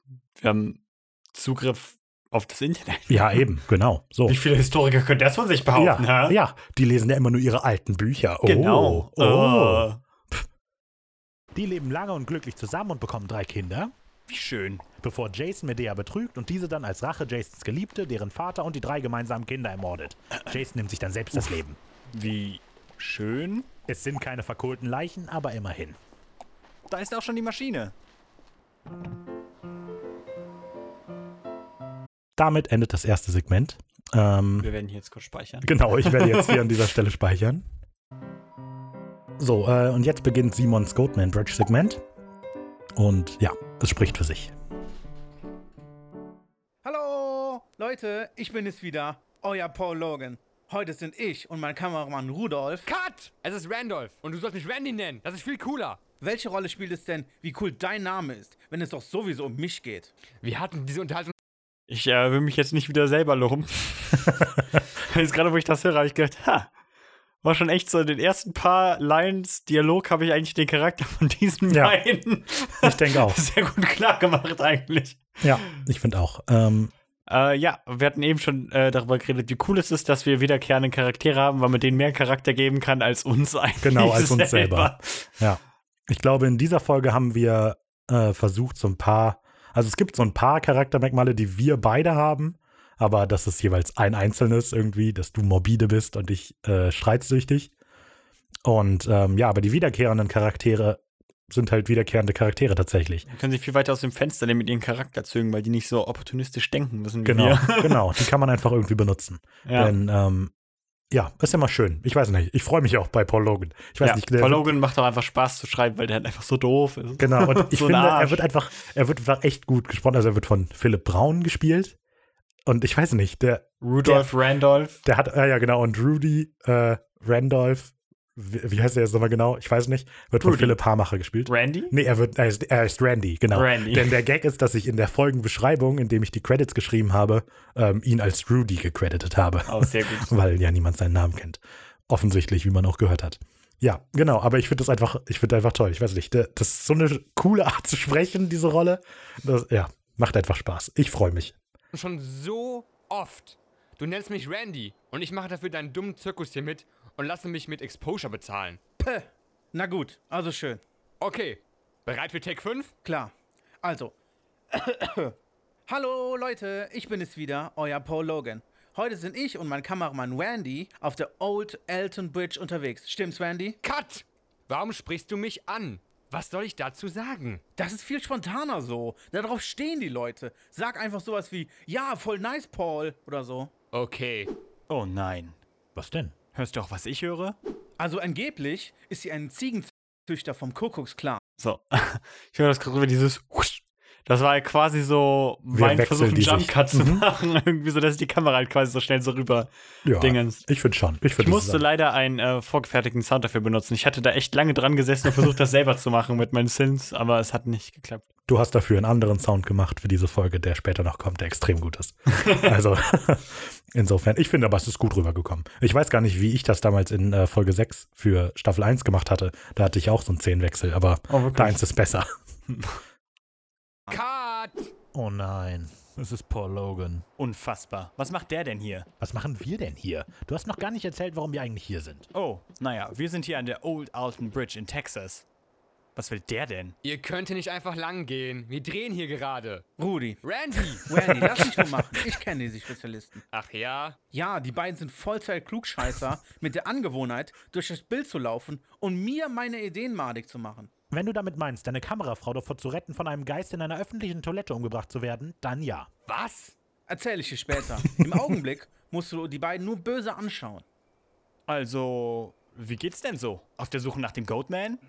Zugriff auf das Internet. Ja, eben, genau. So. Wie viele Historiker können das von sich behaupten, Ja, hä? ja, die lesen ja immer nur ihre alten Bücher. Oh, Genau. Oh. Die leben lange und glücklich zusammen und bekommen 3 Kinder, Wie schön. bevor Jason Medea betrügt und diese dann als Rache Jasons Geliebte, deren Vater und die 3 gemeinsamen Kinder ermordet. Jason nimmt sich dann selbst das Leben. Wie schön. Es sind keine verkohlten Leichen, aber immerhin. Da ist auch schon die Maschine. Damit endet das erste Segment. Wir werden hier jetzt kurz speichern. Genau, ich werde jetzt hier an dieser Stelle speichern. So, und jetzt beginnt Simons Goatman Bridge Segment. Und ja, es spricht für sich. Hallo, Leute, ich bin es wieder, euer Paul Logan. Heute sind ich und mein Kameramann Rudolf. Cut! Es ist Randolph und du sollst mich Randy nennen. Das ist viel cooler. Welche Rolle spielt es denn, wie cool dein Name ist, wenn es doch sowieso um mich geht? Wir hatten diese Unterhaltung. Ich will mich jetzt nicht wieder selber loben. Jetzt gerade, wo ich das höre, habe ich gedacht, war schon echt so, in den ersten paar Lines Dialog habe ich eigentlich den Charakter von diesen Ja. beiden Ich denke auch. sehr gut klar gemacht eigentlich. Ja, ich finde auch. Ja, wir hatten eben schon darüber geredet, wie cool es ist, dass wir wiederkehrende Charaktere haben, weil man denen mehr Charakter geben kann als uns eigentlich. Genau, als uns selber. Ja. Ich glaube, in dieser Folge haben wir versucht, so ein paar, also es gibt so ein paar Charaktermerkmale, die wir beide haben, aber das ist jeweils ein einzelnes irgendwie, dass du morbide bist und ich streitsüchtig. Und ja, aber die wiederkehrenden Charaktere sind halt wiederkehrende Charaktere tatsächlich. Die können sich viel weiter aus dem Fenster nehmen mit ihren Charakterzügen, weil die nicht so opportunistisch denken müssen wie Genau, wir. genau. Die kann man einfach irgendwie benutzen. Ja. Denn, ja, ist ja mal schön. Ich weiß nicht, ich freue mich auch bei Paul Logan. Ich weiß Ja, nicht, Paul Logan macht doch einfach Spaß zu schreiben, weil der halt einfach so doof ist. Genau, und ich So ein finde, Arsch. er wird einfach echt gut gesprochen. Also er wird von Philipp Braun gespielt. Und ich weiß nicht, Rudolph Randolph. der hat, ja genau, und Rudy Randolph, wie heißt er jetzt nochmal genau? Ich weiß nicht, wird von Rudy. Philipp Hamacher gespielt. Randy? Nee, er ist Randy, genau. Randy. Denn der Gag ist, dass ich in der Folgenbeschreibung, in dem ich die Credits geschrieben habe, ihn als Rudy gecredited habe. Oh, sehr gut. Weil ja niemand seinen Namen kennt. Offensichtlich, wie man auch gehört hat. Ja, genau, aber ich finde das einfach toll. Ich weiß nicht, das ist so eine coole Art zu sprechen, diese Rolle. Das, ja, macht einfach Spaß. Ich freue mich. Schon so oft. Du nennst mich Randy und ich mache dafür deinen dummen Zirkus hier mit und lasse mich mit Exposure bezahlen. Päh. Na gut, also schön. Okay, bereit für Take 5? Klar. Also. Hallo Leute, ich bin es wieder, euer Paul Logan. Heute sind ich und mein Kameramann Randy auf der Old Alton Bridge unterwegs. Stimmt's, Randy? Cut! Warum sprichst du mich an? Was soll ich dazu sagen? Das ist viel spontaner so. Darauf stehen die Leute. Sag einfach sowas wie, ja, voll nice, Paul, oder so. Okay. Oh nein. Was denn? Hörst du auch, was ich höre? Also angeblich ist sie ein Ziegenzüchter vom Kuckucksklan. So. Ich höre das gerade über dieses Husch. Das war halt quasi so Wir mein wechseln Versuch, einen die sich. Jump-Cut zu machen. Irgendwie so, dass die Kamera halt quasi so schnell so rüber Ja, dingens. ich finde schon. Ich musste leider einen vorgefertigten Sound dafür benutzen. Ich hatte da echt lange dran gesessen und versucht, das selber zu machen mit meinen Synths, aber es hat nicht geklappt. Du hast dafür einen anderen Sound gemacht für diese Folge, der später noch kommt, der extrem gut ist. Also insofern, ich finde aber, es ist gut rübergekommen. Ich weiß gar nicht, wie ich das damals in Folge 6 für Staffel 1 gemacht hatte. Da hatte ich auch so einen Szenenwechsel, aber Oh, wirklich? deins ist besser. Cut! Oh nein, es ist Paul Logan. Unfassbar. Was macht der denn hier? Was machen wir denn hier? Du hast noch gar nicht erzählt, warum wir eigentlich hier sind. Oh, naja, wir sind hier an der Old Alton Bridge in Texas. Was will der denn? Ihr könnt hier nicht einfach lang gehen. Wir drehen hier gerade. Rudi. Randy! Randy, lass mich nur machen. Ich kenne diese Spezialisten. Ach ja? Ja, die beiden sind Vollzeit-Klugscheißer mit der Angewohnheit, durch das Bild zu laufen und mir meine Ideen madig zu machen. Wenn du damit meinst, deine Kamerafrau davor zu retten, von einem Geist in einer öffentlichen Toilette umgebracht zu werden, dann ja. Was? Erzähl ich dir später. Im Augenblick musst du die beiden nur böse anschauen. Also, wie geht's denn so? Auf der Suche nach dem Goatman?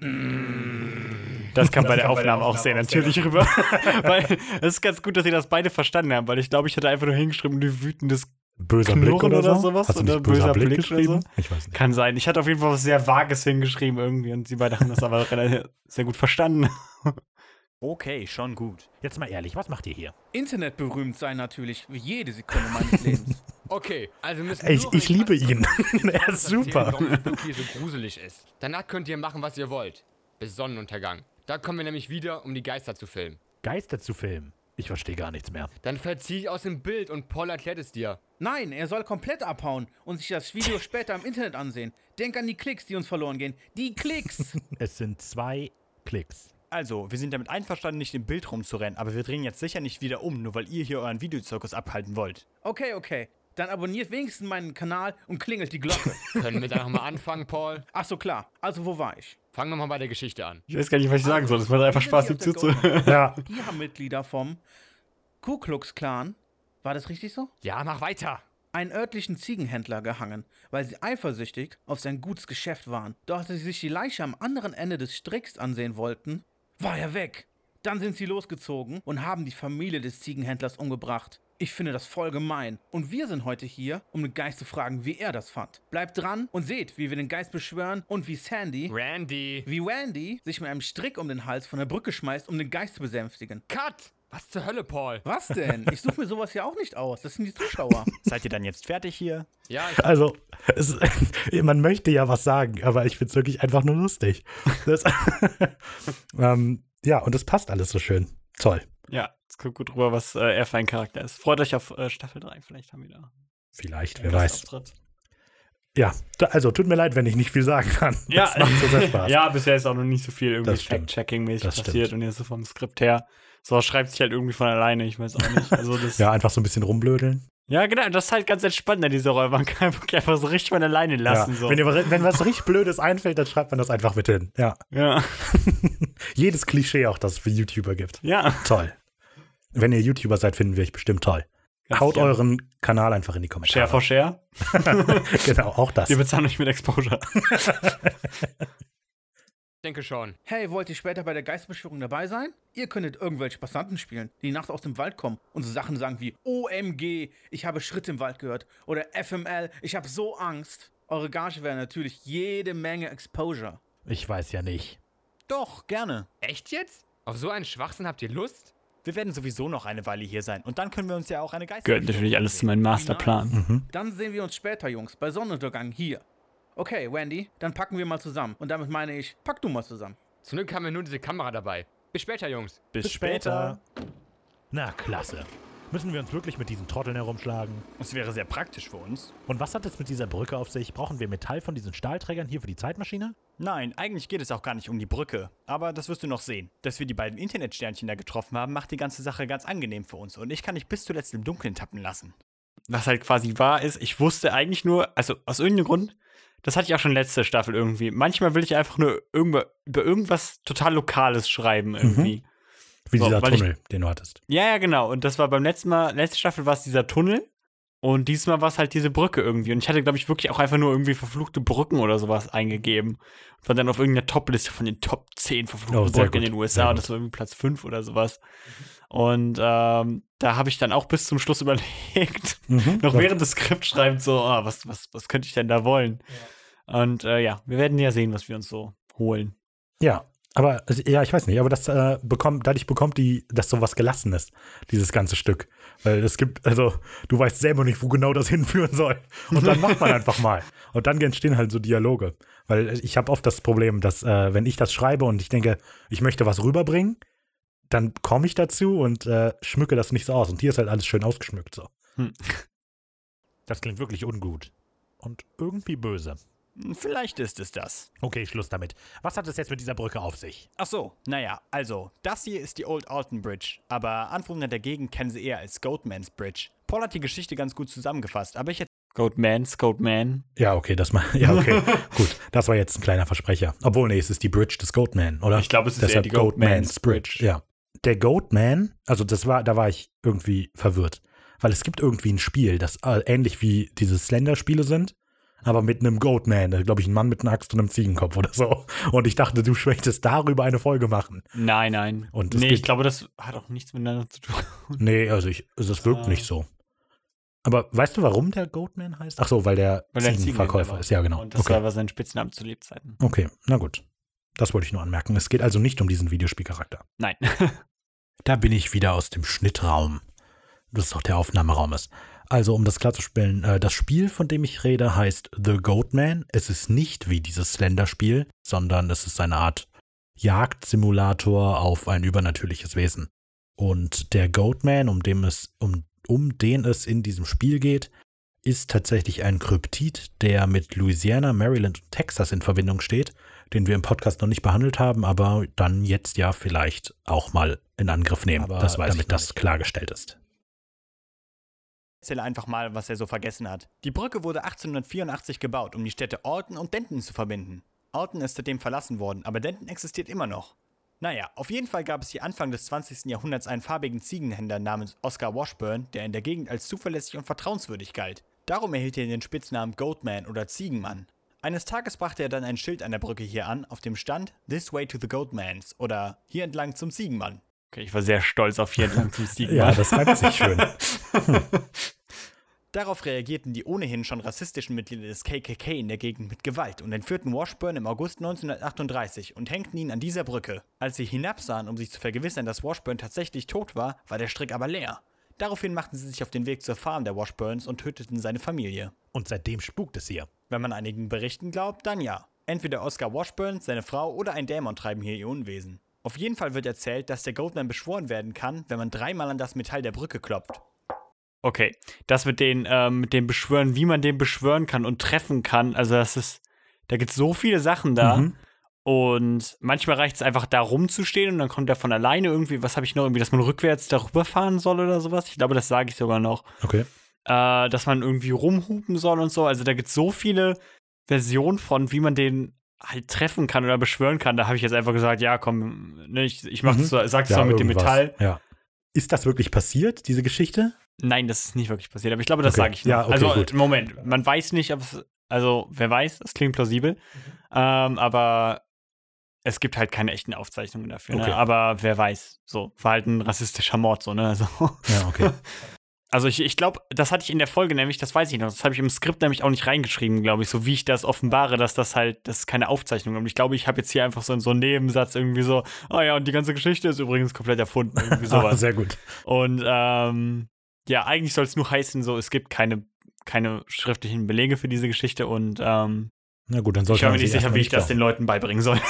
Das kam bei der Aufnahme auch sehr natürlich rüber. Weil es ist ganz gut, dass ihr das beide verstanden habt, weil ich glaube, ich hätte einfach nur hingeschrieben, du wütendes Böser Blick Knurren oder, oder so? sowas? Hast du Oder nicht böser Blick oder geschrieben? so? Ich weiß nicht. Kann sein. Ich hatte auf jeden Fall was sehr Vages hingeschrieben irgendwie und sie beide haben das aber relativ sehr gut verstanden. Okay, schon gut. Jetzt mal ehrlich, was macht ihr hier? Internet berühmt sein natürlich, wie jede Sekunde meines Lebens. Okay, also müssen Ey, nur ich noch liebe nicht ihn. erzählen, Er ist super. warum das Flug hier so gruselig ist. Danach könnt ihr machen, was ihr wollt. Bis Sonnenuntergang. Da kommen wir nämlich wieder, um die Geister zu filmen. Geister zu filmen. Ich verstehe gar nichts mehr. Dann verzieh ich aus dem Bild und Paul erklärt es dir. Nein, er soll komplett abhauen und sich das Video später im Internet ansehen. Denk an die Klicks, die uns verloren gehen. Die Klicks! Es sind 2 Klicks. Also, wir sind damit einverstanden, nicht im Bild rumzurennen, aber wir drehen jetzt sicher nicht wieder um, nur weil ihr hier euren Videozirkus abhalten wollt. Okay. Dann abonniert wenigstens meinen Kanal und klingelt die Glocke. Können wir da nochmal anfangen, Paul? Ach so, klar. Also, wo war ich? Fang nochmal bei der Geschichte an. Ich weiß gar nicht, was ich sagen soll. Es macht einfach Spaß, ihm zuzuhören. Ja, Die haben Mitglieder vom Ku Klux Klan. War das richtig so? Ja, mach weiter. Einen örtlichen Ziegenhändler gehangen, weil sie eifersüchtig auf sein Gutsgeschäft waren. Doch als sie sich die Leiche am anderen Ende des Stricks ansehen wollten, war er weg. Dann sind sie losgezogen und haben die Familie des Ziegenhändlers umgebracht. Ich finde das voll gemein. Und wir sind heute hier, um den Geist zu fragen, wie er das fand. Bleibt dran und seht, wie wir den Geist beschwören und wie Randy. Randy sich mit einem Strick um den Hals von der Brücke schmeißt, um den Geist zu besänftigen. Cut! Was zur Hölle, Paul? Was denn? Ich suche mir sowas ja auch nicht aus. Das sind die Zuschauer. Seid ihr dann jetzt fertig hier? Ja, Also, man möchte ja was sagen, aber ich finde es wirklich einfach nur lustig. Das, ja, und das passt alles so schön. Toll. Ja, es kommt gut rüber, was er für ein Charakter ist. Freut euch auf Staffel 3, vielleicht haben wir da. Vielleicht, einen wer weiß. Gastauftritt. Ja, also tut mir leid, wenn ich nicht viel sagen kann. Ja, Das macht so sehr Spaß. ja, bisher ist auch noch nicht so viel irgendwie Das stimmt. Fact-Checking-mäßig Das passiert stimmt. und jetzt so vom Skript her. So schreibt sich halt irgendwie von alleine, ich weiß auch nicht. Also das, Ja, einfach so ein bisschen rumblödeln. ja, genau, das ist halt ganz entspannt an dieser Rolle. Man kann einfach so richtig von alleine lassen. Ja. So. Wenn was richtig Blödes einfällt, dann schreibt man das einfach mit hin. Ja. Ja. Jedes Klischee auch, das es für YouTuber gibt. Ja. Toll. Wenn ihr YouTuber seid, finden wir euch bestimmt toll. Ganz Haut sicher. euren Kanal einfach in die Kommentare. Share for Share. Genau, auch das. Wir bezahlen euch mit Exposure. ich denke schon. Hey, wollt ihr später bei der Geistbeschwörung dabei sein? Ihr könntet irgendwelche Passanten spielen, die nachts aus dem Wald kommen und so Sachen sagen wie OMG, ich habe Schritte im Wald gehört oder FML, ich habe so Angst. Eure Gage wäre natürlich jede Menge Exposure. Ich weiß ja nicht. Doch, gerne. Echt jetzt? Auf so einen Schwachsinn habt ihr Lust? Wir werden sowieso noch eine Weile hier sein und dann können wir uns ja auch eine Gehört natürlich alles zu meinem Masterplan. Dann sehen wir uns später, Jungs, bei Sonnenuntergang hier. Okay, Wendy, dann packen wir mal zusammen. Und damit meine ich, pack du mal zusammen. Zum Glück haben wir nur diese Kamera dabei. Bis später, Jungs. Bis später. Na, klasse. Müssen wir uns wirklich mit diesen Trotteln herumschlagen? Es wäre sehr praktisch für uns. Und was hat es mit dieser Brücke auf sich? Brauchen wir Metall von diesen Stahlträgern hier für die Zeitmaschine? Nein, eigentlich geht es auch gar nicht um die Brücke. Aber das wirst du noch sehen. Dass wir die beiden Internetsternchen da getroffen haben, macht die ganze Sache ganz angenehm für uns. Und ich kann dich bis zuletzt im Dunkeln tappen lassen. Was halt quasi wahr ist, ich wusste eigentlich nur, also aus irgendeinem Grund, das hatte ich auch schon letzte Staffel irgendwie. Manchmal will ich einfach nur über irgendwas total Lokales schreiben irgendwie. Wie So, dieser weil ich- Tunnel, den du hattest. Ja, genau. Und das war beim letzten Mal, letzte Staffel war es dieser Tunnel. Und dieses Mal war es halt diese Brücke irgendwie. Und ich hatte, glaube ich, wirklich auch einfach nur irgendwie verfluchte Brücken oder sowas eingegeben. Und war dann auf irgendeiner Top-Liste von den Top 10 verfluchten Oh, sehr Brücken in gut, den sehr USA. Und gut. das war irgendwie Platz 5 oder sowas. Und da habe ich dann auch bis zum Schluss überlegt, noch während des Skriptschreibens so, was könnte ich denn da wollen? Ja. Und ja, wir werden ja sehen, was wir uns so holen. Ja, aber ja, ich weiß nicht, aber das dadurch bekommt das so was Gelassenes, dieses ganze Stück. Weil es gibt, also du weißt selber nicht, wo genau das hinführen soll. Und dann macht man einfach mal. Und dann entstehen halt so Dialoge. Weil ich habe oft das Problem, dass wenn ich das schreibe und ich denke, ich möchte was rüberbringen, dann komme ich dazu und schmücke das nicht so aus. Und hier ist halt alles schön ausgeschmückt so. Das klingt wirklich ungut. Und irgendwie böse. Vielleicht ist es das. Okay, Schluss damit. Was hat es jetzt mit dieser Brücke auf sich? Ach so, naja, also, das hier ist die Old Alton Bridge, aber Anwohner der Gegend kennen sie eher als Goatman's Bridge. Paul hat die Geschichte ganz gut zusammengefasst, aber ich Goatman. Ja, okay, gut. Das war jetzt ein kleiner Versprecher. Obwohl, nee, es ist die Bridge des Goatman, oder? Ich glaube, es ist Deshalb eher die Goatman's Bridge. Ja. Der Goatman, also da war ich irgendwie verwirrt. Weil es gibt irgendwie ein Spiel, das ähnlich wie diese Slender-Spiele sind, aber mit einem Goatman, glaube ich, ein Mann mit einer Axt und einem Ziegenkopf oder so. Und ich dachte, du möchtest darüber eine Folge machen. Nein. Und es nee, gibt- ich glaube, das hat auch nichts miteinander zu tun. Nee, also es wirkt nicht so. Aber weißt du, warum der Goatman heißt? Ach so, weil der Weil er ein Ziegenverkäufer Ziegenhändler ist. Ja, genau. Und das war sein Spitzname zu Lebzeiten. Okay, na gut. Das wollte ich nur anmerken. Es geht also nicht um diesen Videospielcharakter. Nein. Da bin ich wieder aus dem Schnittraum. Das ist doch der Aufnahmeraum ist. Also, um das klarzustellen, das Spiel, von dem ich rede, heißt The Goatman. Es ist nicht wie dieses Slender-Spiel, sondern es ist eine Art Jagdsimulator auf ein übernatürliches Wesen. Und der Goatman, um den es in diesem Spiel geht, ist tatsächlich ein Kryptid, der mit Louisiana, Maryland und Texas in Verbindung steht, den wir im Podcast noch nicht behandelt haben, aber dann jetzt ja vielleicht auch mal in Angriff nehmen, damit das klargestellt ist. erzähle einfach mal, was er so vergessen hat. Die Brücke wurde 1884 gebaut, um die Städte Alton und Denton zu verbinden. Alton ist seitdem verlassen worden, aber Denton existiert immer noch. Naja, auf jeden Fall gab es hier Anfang des 20. Jahrhunderts einen farbigen Ziegenhändler namens Oscar Washburn, der in der Gegend als zuverlässig und vertrauenswürdig galt. Darum erhielt er den Spitznamen Goatman oder Ziegenmann. Eines Tages brachte er dann ein Schild an der Brücke hier an, auf dem stand This way to the Goatmans oder hier entlang zum Ziegenmann. Okay, ich war sehr stolz auf hier entlang zum Ziegenmann. Ja, das reimt sich schön. Darauf reagierten die ohnehin schon rassistischen Mitglieder des KKK in der Gegend mit Gewalt und entführten Washburn im August 1938 und hängten ihn an dieser Brücke. Als sie hinabsahen, um sich zu vergewissern, dass Washburn tatsächlich tot war der Strick aber leer. Daraufhin machten sie sich auf den Weg zur Farm der Washburns und töteten seine Familie. Und seitdem spukt es hier. Wenn man einigen Berichten glaubt, dann ja. Entweder Oscar Washburn, seine Frau oder ein Dämon treiben hier ihr Unwesen. Auf jeden Fall wird erzählt, dass der Goatman beschworen werden kann, wenn man 3-mal an das Metall der Brücke klopft. Okay, das mit dem Beschwören, wie man den beschwören kann und treffen kann, also da gibt es so viele Sachen da. Und manchmal reicht es einfach, da rumzustehen und dann kommt er von alleine irgendwie, was habe ich noch, irgendwie, dass man rückwärts darüber fahren soll oder sowas. Ich glaube, das sage ich sogar noch. Okay. Dass man irgendwie rumhupen soll und so. Also da gibt es so viele Versionen von, wie man den halt treffen kann oder beschwören kann. Da habe ich jetzt einfach gesagt, ja, komm, ne, ich mach das so, sag's so mit dem Metall. Ja. Ist das wirklich passiert, diese Geschichte? Nein, das ist nicht wirklich passiert, aber ich glaube, das Okay. sage ich noch. Ja, okay, also, gut. Moment, man weiß nicht, ob es, also, wer weiß, es klingt plausibel, aber es gibt halt keine echten Aufzeichnungen dafür, Okay. ne? Aber wer weiß, so, war halt ein rassistischer Mord, so, ne, also. Ja, okay. Also ich glaube, das hatte ich in der Folge nämlich, das weiß ich noch, das habe ich im Skript nämlich auch nicht reingeschrieben, glaube ich, so wie ich das offenbare, dass das keine Aufzeichnung ist. Und ich glaube, ich habe jetzt hier einfach so einen Nebensatz irgendwie so, ja, und die ganze Geschichte ist übrigens komplett erfunden, irgendwie sowas. Sehr gut. Und ja, eigentlich soll es nur heißen, so, es gibt keine schriftlichen Belege für diese Geschichte und Na gut, dann ich sollte war mir man nicht sie sicher, erstmal wie ich das den glauben. Leuten beibringen soll.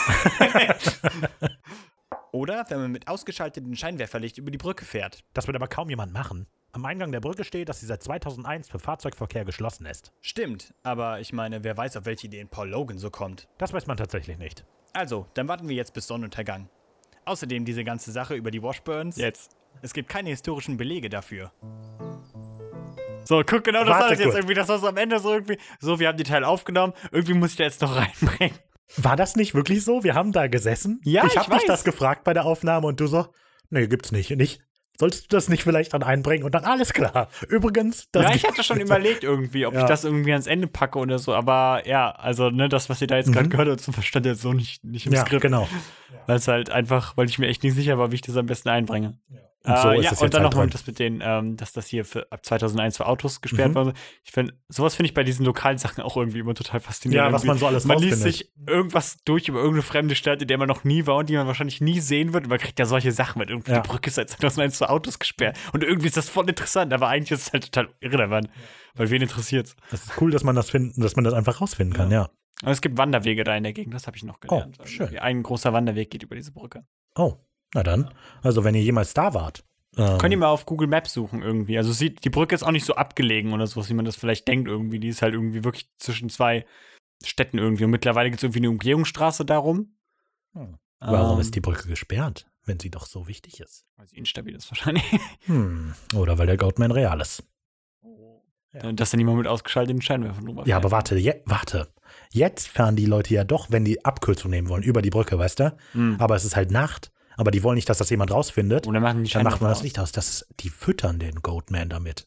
Oder wenn man mit ausgeschaltetem Scheinwerferlicht über die Brücke fährt. Das wird aber kaum jemand machen. Am Eingang der Brücke steht, dass sie seit 2001 für Fahrzeugverkehr geschlossen ist. Stimmt, aber ich meine, wer weiß, auf welche Ideen Paul Logan so kommt. Das weiß man tatsächlich nicht. Also, dann warten wir jetzt bis Sonnenuntergang. Außerdem diese ganze Sache über die Washburns. Jetzt. Es gibt keine historischen Belege dafür. So, guck, genau das Warte war das jetzt kurz. irgendwie, das war so am Ende so irgendwie, so, wir haben die Teile aufgenommen, irgendwie muss ich da jetzt noch reinbringen. War das nicht wirklich so? Wir haben da gesessen. Ja, ich ich habe mich weiß. das gefragt bei der Aufnahme und du so, nee, gibt's nicht. Und ich, sollst du das nicht vielleicht dann einbringen? Und dann, alles klar. Übrigens, das Ja, ich hatte schon überlegt irgendwie, ob Ja. ich das irgendwie ans Ende packe oder so, aber ja, also, ne, das, was ihr da jetzt gerade gehört habt, verstand jetzt so nicht im ja, Skript. genau. Weil es halt einfach, weil ich mir echt nicht sicher war, wie ich das am besten einbringe. Und so ist ja, es und jetzt dann halt nochmal drin. das mit den, dass das hier ab 2001 für Autos gesperrt war. Sowas finde ich bei diesen lokalen Sachen auch irgendwie immer total faszinierend. Ja, was man so alles Man liest rausfindet. sich irgendwas durch über irgendeine fremde Stadt, in der man noch nie war und die man wahrscheinlich nie sehen wird. Und man kriegt ja solche Sachen mit. Irgendwie Ja. die Brücke ist seit 2001 für Autos gesperrt. Und irgendwie ist das voll interessant, aber eigentlich ist es halt total irrelevant. Weil wen interessiert's? Das ist cool, dass man das einfach rausfinden kann, ja. Aber es gibt Wanderwege da in der Gegend, das habe ich noch gelernt. Oh, schön. Ein großer Wanderweg geht über diese Brücke. Oh, na dann. Also, wenn ihr jemals da wart. Könnt ihr mal auf Google Maps suchen irgendwie. Also die Brücke ist auch nicht so abgelegen oder so, wie man das vielleicht denkt irgendwie. Die ist halt irgendwie wirklich zwischen zwei Städten irgendwie. Und mittlerweile gibt es irgendwie eine Umgehungsstraße darum. Warum ist die Brücke gesperrt, wenn sie doch so wichtig ist? Weil sie instabil ist wahrscheinlich. Oder weil der Goatman real ist. Dass da niemand mit ausgeschalteten Scheinwerfern drüber Ja, fährt. aber warte. Jetzt fahren die Leute ja doch, wenn die Abkürzung nehmen wollen, über die Brücke, weißt du? Aber es ist halt Nacht. Aber die wollen nicht, dass das jemand rausfindet. Und dann machen die Dann macht man das aus. Licht aus. Die füttern den Goatman damit.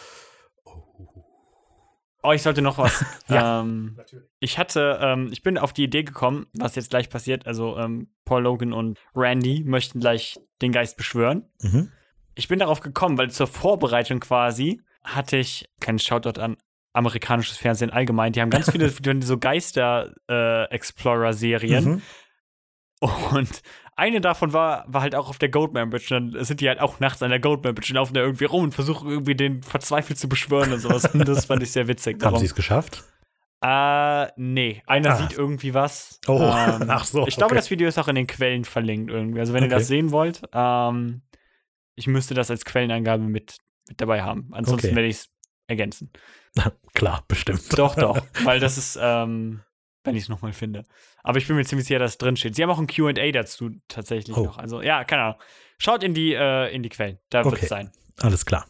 Oh, ich sollte noch was. Ja, ich bin auf die Idee gekommen, was jetzt gleich passiert. Also Paul Logan und Randy möchten gleich den Geist beschwören. Mhm. Ich bin darauf gekommen, weil zur Vorbereitung quasi hatte ich, kein Shoutout an amerikanisches Fernsehen allgemein, die haben ganz viele so Geister-Explorer-Serien. Mhm. Und eine davon war halt auch auf der Goatman Bridge. Und dann sind die halt auch nachts an der Goatman Bridge und laufen da irgendwie rum und versuchen irgendwie den verzweifelt zu beschwören und sowas. Und das fand ich sehr witzig. Haben sie es geschafft? Nee. Einer sieht irgendwie was. Oh, ach so, Ich glaube, okay. das Video ist auch in den Quellen verlinkt irgendwie. Also wenn ihr Okay. das sehen wollt, ich müsste das als Quellenangabe mit dabei haben. Ansonsten Okay. werde ich es ergänzen. Klar, bestimmt. Doch, weil das ist, wenn ich es nochmal finde. Aber ich bin mir ziemlich sicher, dass es drin steht. Sie haben auch ein Q&A dazu tatsächlich Oh. noch. Also, ja, keine Ahnung. Schaut in die Quellen. Da wird Okay. es sein. Alles klar.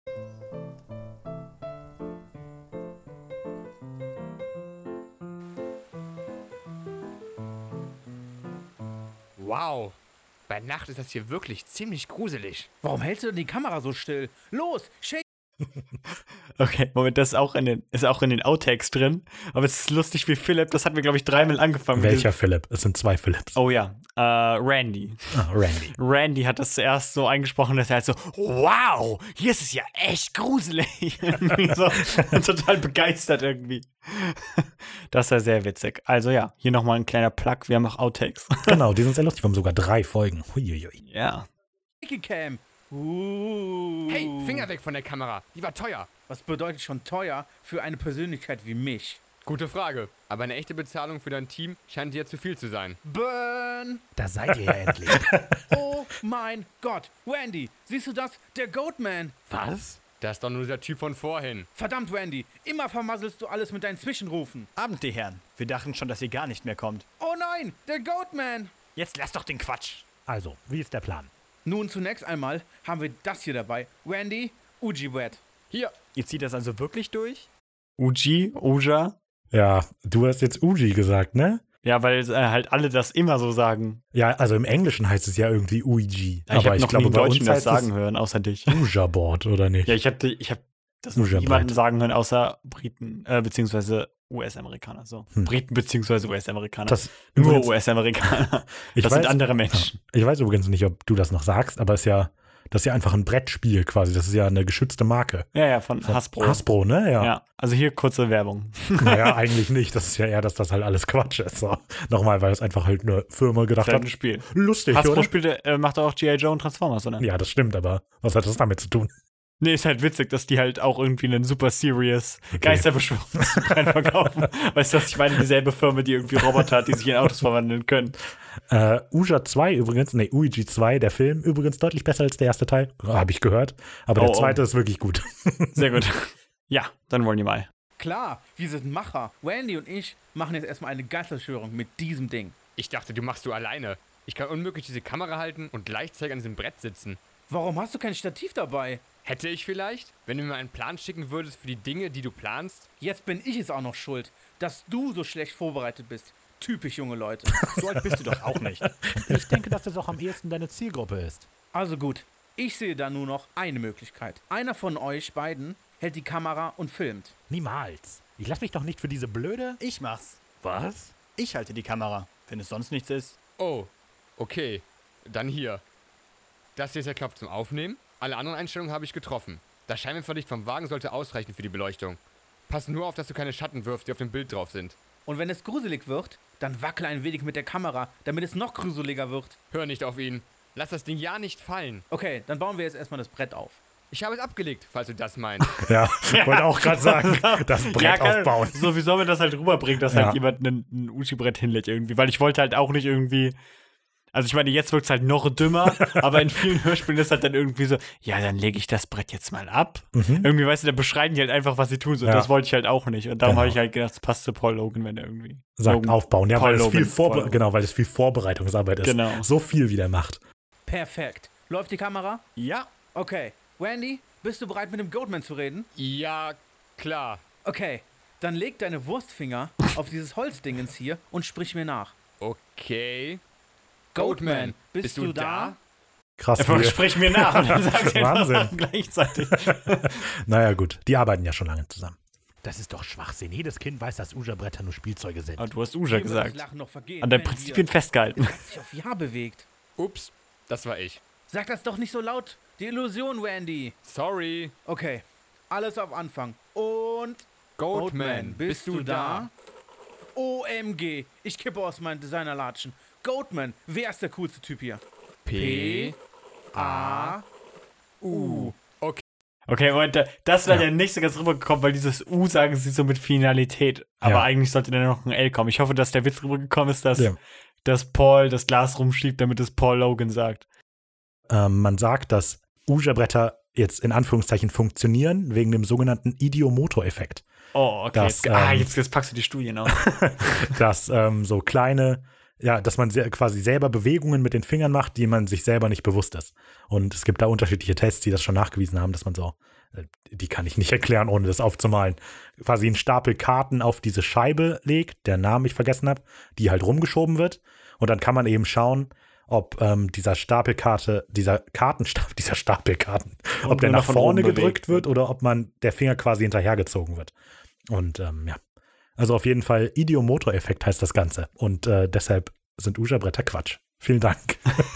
Wow. Bei Nacht ist das hier wirklich ziemlich gruselig. Warum hältst du denn die Kamera so still? Los, shake! Okay, Moment, das ist auch in den Outtakes drin. Aber es ist lustig wie Philipp, das hatten wir, glaube ich, 3-mal angefangen. Welcher Philipp? Es sind 2 Philipps. Oh ja, Randy. Randy. Randy hat das zuerst so eingesprochen, dass er halt so, wow, hier ist es ja echt gruselig. Irgendwie so, total begeistert irgendwie. Das war sehr witzig. Also ja, hier nochmal ein kleiner Plug, wir haben auch Outtakes. Genau, die sind sehr lustig. Wir haben sogar 3 Folgen. Huiuiui. Ja. Cam. Hey, Finger weg von der Kamera. Die war teuer. Was bedeutet schon teuer für eine Persönlichkeit wie mich? Gute Frage. Aber eine echte Bezahlung für dein Team scheint dir zu viel zu sein. Burn! Da seid ihr ja endlich. Oh mein Gott. Randy, siehst du das? Der Goatman. Was? Das ist doch nur dieser Typ von vorhin. Verdammt, Randy. Immer vermasselst du alles mit deinen Zwischenrufen. Abend, die Herren. Wir dachten schon, dass ihr gar nicht mehr kommt. Oh nein, der Goatman. Jetzt lass doch den Quatsch. Also, wie ist der Plan? Nun, zunächst einmal haben wir das hier dabei. Randy, Uji-Bread. Hier. Ihr zieht das also wirklich durch? Uja? Ja, du hast jetzt Uji gesagt, ne? Ja, weil halt alle das immer so sagen. Ja, also im Englischen heißt es ja irgendwie Uiji. Ja, ich habe noch nie einen bei Deutschen uns das heißt sagen hören, außer dich. es Uja-Board, oder nicht? Ja, ich hab das noch Uja niemanden Brett. sagen hören, außer Briten, beziehungsweise US-Amerikaner. So. Briten beziehungsweise US-Amerikaner. Das Nur übrigens- US-Amerikaner. Ich Das sind weiß- andere Menschen. Ich weiß übrigens nicht, ob du das noch sagst, aber das ist ja einfach ein Brettspiel quasi. Das ist ja eine geschützte Marke. Ja, von Hasbro. Hasbro, ne? Ja. Ja, also hier kurze Werbung. Naja, eigentlich nicht. Das ist ja eher, dass das halt alles Quatsch ist. So. Nochmal, weil es einfach halt eine Firma gedacht Das ist halt hat. ein Spiel. Lustig, Hasbro oder? macht auch G.I. Joe und Transformers, oder? Ja, das stimmt, aber was hat das damit zu tun? Nee, ist halt witzig, dass die halt auch irgendwie einen super serious Geisterbeschwörungsbrand verkaufen. Weißt du, was ich meine? Dieselbe Firma, die irgendwie Roboter hat, die sich in Autos verwandeln können. Uja 2 übrigens, Uiji 2, der Film übrigens deutlich besser als der erste Teil. Habe ich gehört. Aber der zweite ist wirklich gut. Sehr gut. Ja, dann wollen die mal. Klar, wir sind Macher. Randy und ich machen jetzt erstmal eine Geisterschwörung mit diesem Ding. Ich dachte, du machst du alleine. Ich kann unmöglich diese Kamera halten und gleichzeitig an diesem Brett sitzen. Warum hast du kein Stativ dabei? Hätte ich vielleicht? Wenn du mir einen Plan schicken würdest für die Dinge, die du planst? Jetzt bin ich es auch noch schuld, dass du so schlecht vorbereitet bist. Typisch junge Leute. So alt bist du doch auch nicht. Ich denke, dass das auch am ehesten deine Zielgruppe ist. Also gut, ich sehe da nur noch eine Möglichkeit. Einer von euch beiden hält die Kamera und filmt. Niemals. Ich lass mich doch nicht für diese blöde... Ich mach's. Was? Ich halte die Kamera, wenn es sonst nichts ist. Oh, okay. Dann hier. Das hier ist der Knopf zum Aufnehmen. Alle anderen Einstellungen habe ich getroffen. Das Scheinwerferlicht vom Wagen sollte ausreichen für die Beleuchtung. Pass nur auf, dass du keine Schatten wirfst, die auf dem Bild drauf sind. Und wenn es gruselig wird, dann wackele ein wenig mit der Kamera, damit es noch gruseliger wird. Hör nicht auf ihn. Lass das Ding ja nicht fallen. Okay, dann bauen wir jetzt erstmal das Brett auf. Ich habe es abgelegt, falls du das meinst. Ja, wollte auch gerade sagen, das Brett aufbauen. So, wie soll man das halt rüberbringen, dass Ja. halt jemand ein Uchi-Brett hinlegt irgendwie? Weil ich wollte halt auch nicht irgendwie. Also ich meine, jetzt wirkt es halt noch dümmer, aber in vielen Hörspielen ist halt dann irgendwie so, ja, dann lege ich das Brett jetzt mal ab. Irgendwie, weißt du, dann beschreiben die halt einfach, was sie tun. So, Ja. das wollte ich halt auch nicht. Und darum Genau. habe ich halt gedacht, das passt zu Paul Logan, wenn er irgendwie Sagt Logan- aufbauen, ja, Paul weil es viel Logan. genau, weil es viel Vorbereitungsarbeit ist. Genau. So viel, wie der macht. Perfekt. Läuft die Kamera? Ja. Okay. Randy, bist du bereit mit dem Goatman zu reden? Ja, klar. Okay. Dann leg deine Wurstfinger auf dieses Holzdingens hier und sprich mir nach. Okay. Goatman, bist du da? Krass. Einfach wie- sprich mir nach und dann sagt er Wahnsinn. einfach gleichzeitig. Naja, gut. Die arbeiten ja schon lange zusammen. Das ist doch Schwachsinn. Jedes Kind weiß, dass Uja-Bretter nur Spielzeuge sind. Aber du hast Uja Hier wird das gesagt. Lachen noch vergehen, An deinen wenn Prinzipien wir- festgehalten. Es hat sich auf Ja bewegt. Ups, das war ich. Sag das doch nicht so laut. Die Illusion, Randy. Sorry. Okay. Alles auf Anfang. Und Goatman, bist du da? OMG. Ich kippe aus meinen Designerlatschen. Goatman, wer ist der coolste Typ hier? P. A. Okay, Moment, das wäre ja nicht so ganz rübergekommen, weil dieses U sagen sie so mit Finalität. Aber Ja. eigentlich sollte dann noch ein L kommen. Ich hoffe, dass der Witz rübergekommen ist, dass, Ja. dass Paul das Glas rumschiebt, damit es Paul Logan sagt. Man sagt, dass Uja-Bretter jetzt in Anführungszeichen funktionieren, wegen dem sogenannten Idiomotor-Effekt. Oh, okay. Das, Jetzt packst du die Studien auf. Dass so kleine, ja, dass man quasi selber Bewegungen mit den Fingern macht, die man sich selber nicht bewusst ist. Und es gibt da unterschiedliche Tests, die das schon nachgewiesen haben, dass man so, die kann ich nicht erklären, ohne das aufzumalen, quasi einen Stapel Karten auf diese Scheibe legt, deren Namen ich vergessen habe, die halt rumgeschoben wird. Und dann kann man eben schauen, ob dieser Stapelkarten, ob der nur nach von vorne oben gedrückt bewegt wird oder ob der Finger quasi hinterhergezogen wird. Und ja, also auf jeden Fall Idiomotor-Effekt heißt das Ganze. Und deshalb sind Ouija-Bretter Quatsch. Vielen Dank.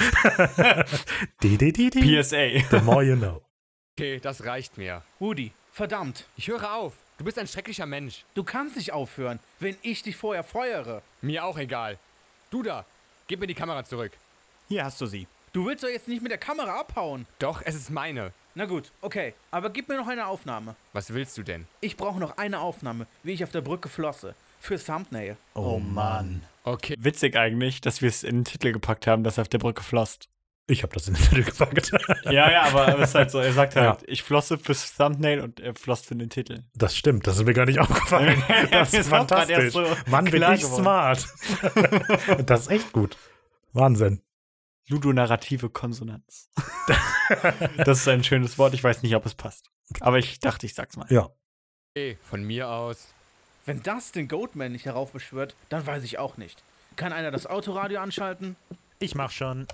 PSA. The more you know. Okay, das reicht mir. Woody, verdammt. Ich höre auf. Du bist ein schrecklicher Mensch. Du kannst nicht aufhören, wenn ich dich vorher feuere. Mir auch egal. Du da, gib mir die Kamera zurück. Hier hast du sie. Du willst doch jetzt nicht mit der Kamera abhauen. Doch, es ist meine. Na gut, okay. Aber gib mir noch eine Aufnahme. Was willst du denn? Ich brauche noch eine Aufnahme, wie ich auf der Brücke flosse. Für Thumbnail. Oh Mann. Okay. Witzig eigentlich, dass wir es in den Titel gepackt haben, dass er auf der Brücke flosst. Ich habe das in den Titel gepackt. Ja, aber es ist halt so, er sagt halt, Ja. ich flosse fürs Thumbnail und er flosst für den Titel. Das stimmt, das ist mir gar nicht aufgefallen. Das Mir ist ist auch grad fantastisch. erst so Mann, bin klar ich geworden. smart. Das ist echt gut. Wahnsinn. Ludonarrative Konsonanz. Das ist ein schönes Wort, ich weiß nicht, ob es passt. Aber ich dachte, ich sag's mal. Ja. Okay, von mir aus. Wenn das den Goatman nicht heraufbeschwört, dann weiß ich auch nicht. Kann einer das Autoradio anschalten? Ich mach schon.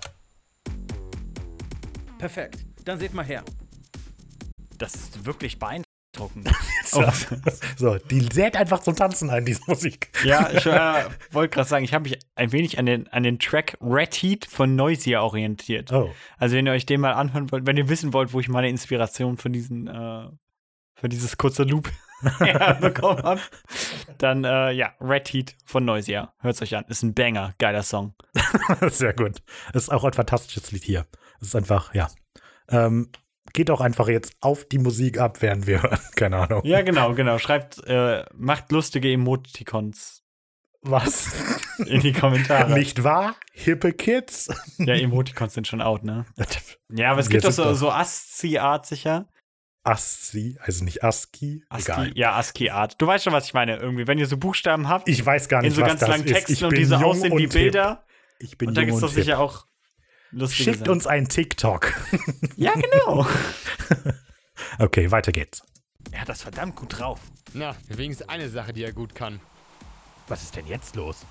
Perfekt. Dann seht mal her. Das ist wirklich beeindruckend. Oh. So, die lädt einfach zum Tanzen ein, diese Musik. Ja, ich wollte gerade sagen, ich habe mich ein wenig an den Track Red Heat von Noisia orientiert. Oh. Also wenn ihr euch den mal anhören wollt, wenn ihr wissen wollt, wo ich meine Inspiration für dieses kurze Loop bekommen habe, dann Red Heat von Noisia. Hört's euch an. Ist ein Banger, geiler Song. Sehr gut. Es ist auch ein fantastisches Lied hier. Es ist einfach, ja. Geht auch einfach jetzt auf die Musik ab, während wir hören. Keine Ahnung. Ja, genau. Schreibt, macht lustige Emoticons Was? in die Kommentare. Nicht wahr? Hippe Kids? Ja, Emoticons sind schon out, ne? Ja, aber es Wir gibt doch sind so ASCII-Art sicher. ASCII, also nicht ASCII. Egal. ASCII, ja, ASCII-Art. Du weißt schon, was ich meine. Irgendwie, wenn ihr so Buchstaben habt, Ich weiß gar in nicht, so was ganz das langen ist. Texten Ich und bin diese jung aussehen wie und hip. Bilder. Ich bin Und da jung gibt es doch und hip. sicher auch lustige Schickt Sachen. uns ein TikTok. Ja, genau. Okay, weiter geht's. Er hat das verdammt gut drauf. Na, wenigstens eine Sache, die er gut kann. Was ist denn jetzt los?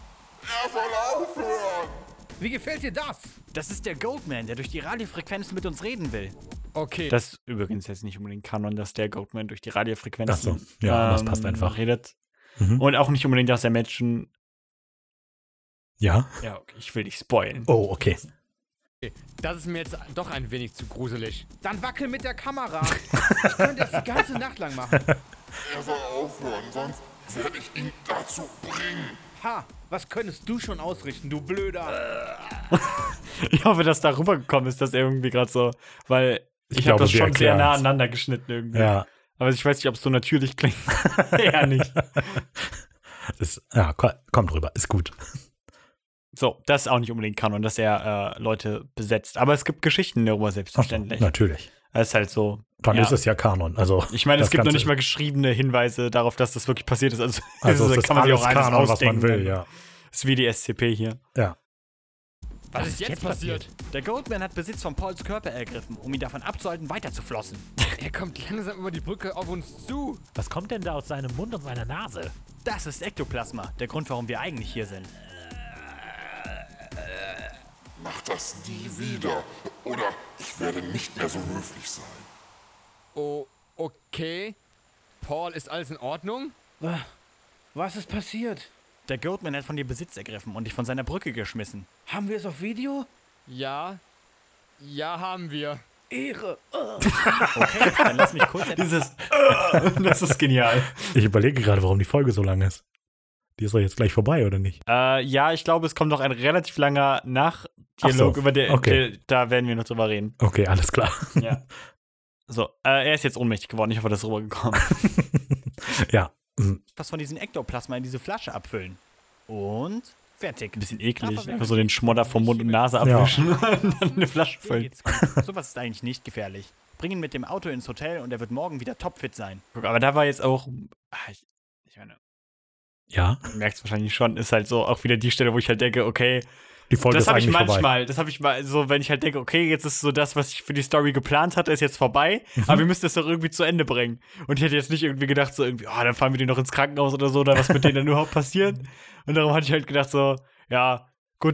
Wie gefällt dir das? Das ist der Goatman, der durch die Radiofrequenz mit uns reden will. Okay, Das ist übrigens jetzt nicht unbedingt Kanon, dass der Goatman durch die Radiofrequenzen Ach so, ja, das passt einfach. redet. Mhm. Und auch nicht unbedingt, dass der Menschen. Ja? Ja, okay, ich will dich spoilen. Oh, okay. das ist mir jetzt doch ein wenig zu gruselig. Dann wackel mit der Kamera. Ich könnte das die ganze Nacht lang machen. Er soll aufhören, sonst werde ich ihn dazu bringen. Ha, was könntest du schon ausrichten, du Blöder? Ich hoffe, dass da rübergekommen ist, dass er irgendwie gerade so, weil ich habe glaube, das wir schon sehr nah erklären's. aneinander geschnitten irgendwie. Ja. Aber ich weiß nicht, ob es so natürlich klingt. Ja, nicht. Kommt rüber. Ist gut. So, das ist auch nicht unbedingt Kanon, dass er Leute besetzt. Aber es gibt Geschichten darüber, selbstverständlich. Natürlich. Das ist halt so. Dann ja. ist es ja Kanon. Also, Ich meine, es das gibt noch Ganze- nicht mal geschriebene Hinweise darauf, dass das wirklich passiert ist. Also, Also es ist kann man sich alles auch alles Kanon, was man ausdenken. will, ja. Das ist wie die SCP hier. Ja. Was ist jetzt passiert? Der Goatman hat Besitz von Pauls Körper ergriffen, um ihn davon abzuhalten, weiter zu flossen. Er kommt langsam über die Brücke auf uns zu. Was kommt denn da aus seinem Mund und seiner Nase? Das ist Ektoplasma, der Grund, warum wir eigentlich hier sind. Mach das nie wieder, oder ich werde nicht mehr so höflich sein. Oh, okay. Paul, ist alles in Ordnung? Was ist passiert? Der Goatman hat von dir Besitz ergriffen und dich von seiner Brücke geschmissen. Haben wir es auf Video? Ja. Ja, haben wir. Ehre. Okay, dann lass mich kurz etwas... Das ist genial. Ich überlege gerade, warum die Folge so lang ist. Die ist doch jetzt gleich vorbei, oder nicht? Ja, ich glaube, es kommt noch ein relativ langer Nachdialog, Ach so, über okay. da werden wir noch drüber reden. Okay, alles klar. Ja. So, er ist jetzt ohnmächtig geworden. Ich hoffe, das ist rübergekommen. Ja. was von diesem Ektoplasma in diese Flasche abfüllen. Und fertig. Ein bisschen eklig. Einfach so den Schmodder vom Mund und Nase Ja. abwischen und dann eine Flasche Dem füllen. geht's gut. Sowas ist eigentlich nicht gefährlich. Bring ihn mit dem Auto ins Hotel und er wird morgen wieder topfit sein. Aber da war jetzt auch, ich meine, Ja. du merkst wahrscheinlich schon, ist halt so auch wieder die Stelle, wo ich halt denke, okay, Die Folge das ist habe ich eigentlich vorbei. manchmal, das habe ich mal so, wenn ich halt denke, okay, jetzt ist so das, was ich für die Story geplant hatte, ist jetzt vorbei, aber wir müssen das doch irgendwie zu Ende bringen. Und ich hätte jetzt nicht irgendwie gedacht, so irgendwie, dann fahren wir die noch ins Krankenhaus oder so, oder was mit denen dann überhaupt passiert. Und darum hatte ich halt gedacht, so, ja, gut,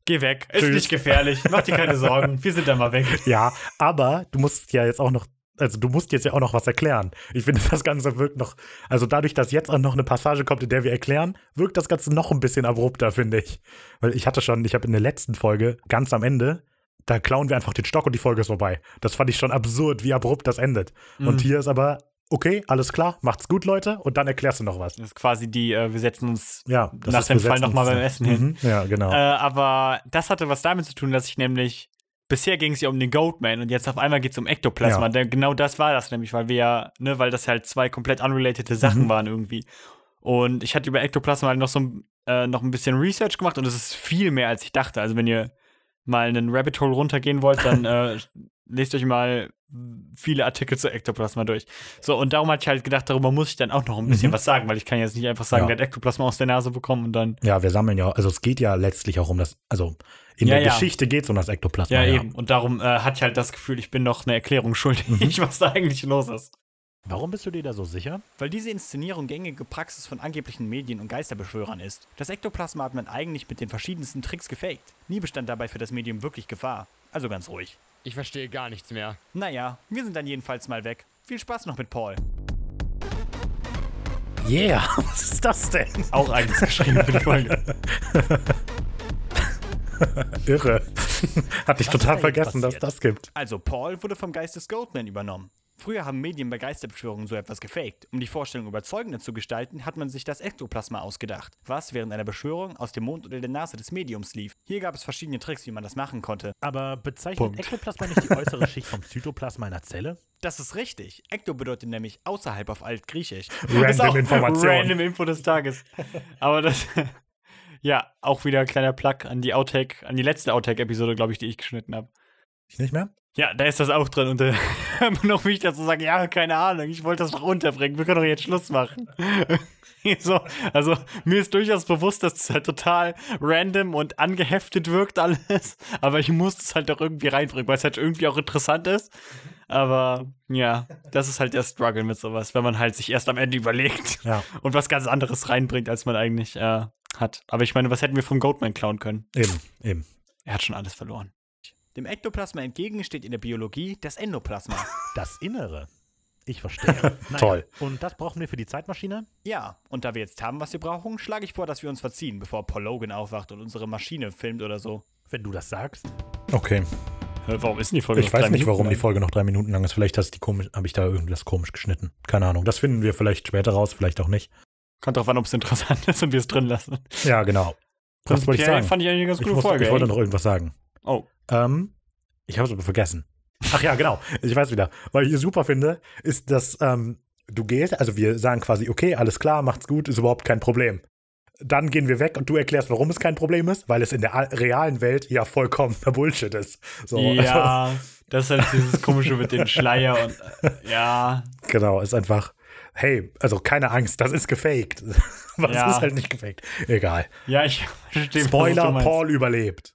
Geh weg. Ist Tschüss. nicht gefährlich. Mach dir keine Sorgen. Wir sind da mal weg. Ja, aber du musst ja jetzt auch noch, also du musst jetzt ja auch noch was erklären. Ich finde, das Ganze wirkt noch, also dadurch, dass jetzt auch noch eine Passage kommt, in der wir erklären, wirkt das Ganze noch ein bisschen abrupter, finde ich. Weil ich habe in der letzten Folge, ganz am Ende, da klauen wir einfach den Stock und die Folge ist vorbei. Das fand ich schon absurd, wie abrupt das endet. Und hier ist aber, okay, alles klar, macht's gut, Leute, und dann erklärst du noch was. Das ist quasi wir setzen uns Ja, nach dem Fall nochmal beim Essen hin. Ja, genau. Aber das hatte was damit zu tun, dass ich nämlich, bisher ging es ja um den Goatman und jetzt auf einmal geht es um Ektoplasma. Ja. Genau das war das nämlich, weil wir ja, weil das halt zwei komplett unrelatede Sachen waren irgendwie. Und ich hatte über Ektoplasma halt noch ein bisschen Research gemacht und es ist viel mehr, als ich dachte. Also wenn ihr mal einen Rabbit Hole runtergehen wollt, dann lest euch mal viele Artikel zu Ektoplasma durch. So, und darum hatte ich halt gedacht, darüber muss ich dann auch noch ein bisschen was sagen, weil ich kann jetzt nicht einfach sagen, der hat Ektoplasma aus der Nase bekommen und dann. Ja, wir sammeln ja, also es geht ja letztlich auch um das, also in der Geschichte geht es um das Ektoplasma. Ja, eben. Und darum hatte ich halt das Gefühl, ich bin noch eine Erklärung schuldig, was da eigentlich los ist. Warum bist du dir da so sicher? Weil diese Inszenierung gängige Praxis von angeblichen Medien und Geisterbeschwörern ist. Das Ektoplasma hat man eigentlich mit den verschiedensten Tricks gefaked. Nie bestand dabei für das Medium wirklich Gefahr. Also ganz ruhig. Ich verstehe gar nichts mehr. Naja, wir sind dann jedenfalls mal weg. Viel Spaß noch mit Paul. Yeah, was ist das denn? Auch eigens geschrieben für die Folge. Irre. Hatte ich Was ist total da vergessen, jetzt dass passiert? das gibt. Also Paul wurde vom Geist des Goatman übernommen. Früher haben Medien bei Geisterbeschwörungen so etwas gefaked. Um die Vorstellung überzeugender zu gestalten, hat man sich das Ektoplasma ausgedacht, was während einer Beschwörung aus dem Mund oder der Nase des Mediums lief. Hier gab es verschiedene Tricks, wie man das machen konnte. Aber bezeichnet Punkt. Ektoplasma nicht die äußere Schicht vom Zytoplasma einer Zelle? Das ist richtig. Ekto bedeutet nämlich außerhalb auf Altgriechisch. Random Information. Random Info des Tages. Aber das, ja, auch wieder ein kleiner Plug an die letzte Outtake-Episode, glaube ich, die ich geschnitten habe. Ich nicht mehr? Ja, da ist das auch drin. Und noch mich dazu sagen, ja, keine Ahnung, ich wollte das doch unterbringen. Wir können doch jetzt Schluss machen. So, also mir ist durchaus bewusst, dass es halt total random und angeheftet wirkt alles. Aber ich muss es halt doch irgendwie reinbringen, weil es halt irgendwie auch interessant ist. Aber ja, das ist halt der Struggle mit sowas, wenn man halt sich erst am Ende überlegt und was ganz anderes reinbringt, als man eigentlich hat. Aber ich meine, was hätten wir vom Goatman klauen können? Eben. Er hat schon alles verloren. Dem Ektoplasma entgegen steht in der Biologie das Endoplasma. Das Innere. Ich verstehe. Naja, Toll. Und das brauchen wir für die Zeitmaschine? Ja, und da wir jetzt haben, was wir brauchen, schlage ich vor, dass wir uns verziehen, bevor Paul Logan aufwacht und unsere Maschine filmt oder so. Wenn du das sagst. Okay. Warum ist denn die Folge Ich weiß nicht, warum die Folge noch 3 Minuten lang ist. Vielleicht habe ich da irgendwas komisch geschnitten. Keine Ahnung. Das finden wir vielleicht später raus, vielleicht auch nicht. Kommt drauf an, ob es interessant ist und wir es drin lassen. Ja, genau. Was wollte ich sagen? Fand ich eigentlich eine ganz gute Folge. Ich wollte noch irgendwas sagen. Oh. Ich habe es aber vergessen. Ach ja, genau. Ich weiß wieder. Was ich super finde, ist, dass du gehst, also wir sagen quasi, okay, alles klar, macht's gut, ist überhaupt kein Problem. Dann gehen wir weg und du erklärst, warum es kein Problem ist, weil es in der realen Welt ja vollkommener Bullshit ist. So, ja, also, das ist halt dieses Komische mit den Schleier und ja. Genau, ist einfach, hey, also keine Angst, das ist gefaked. Was ist halt nicht gefaked? Egal. Ja, ich verstehe. Spoiler, Paul überlebt.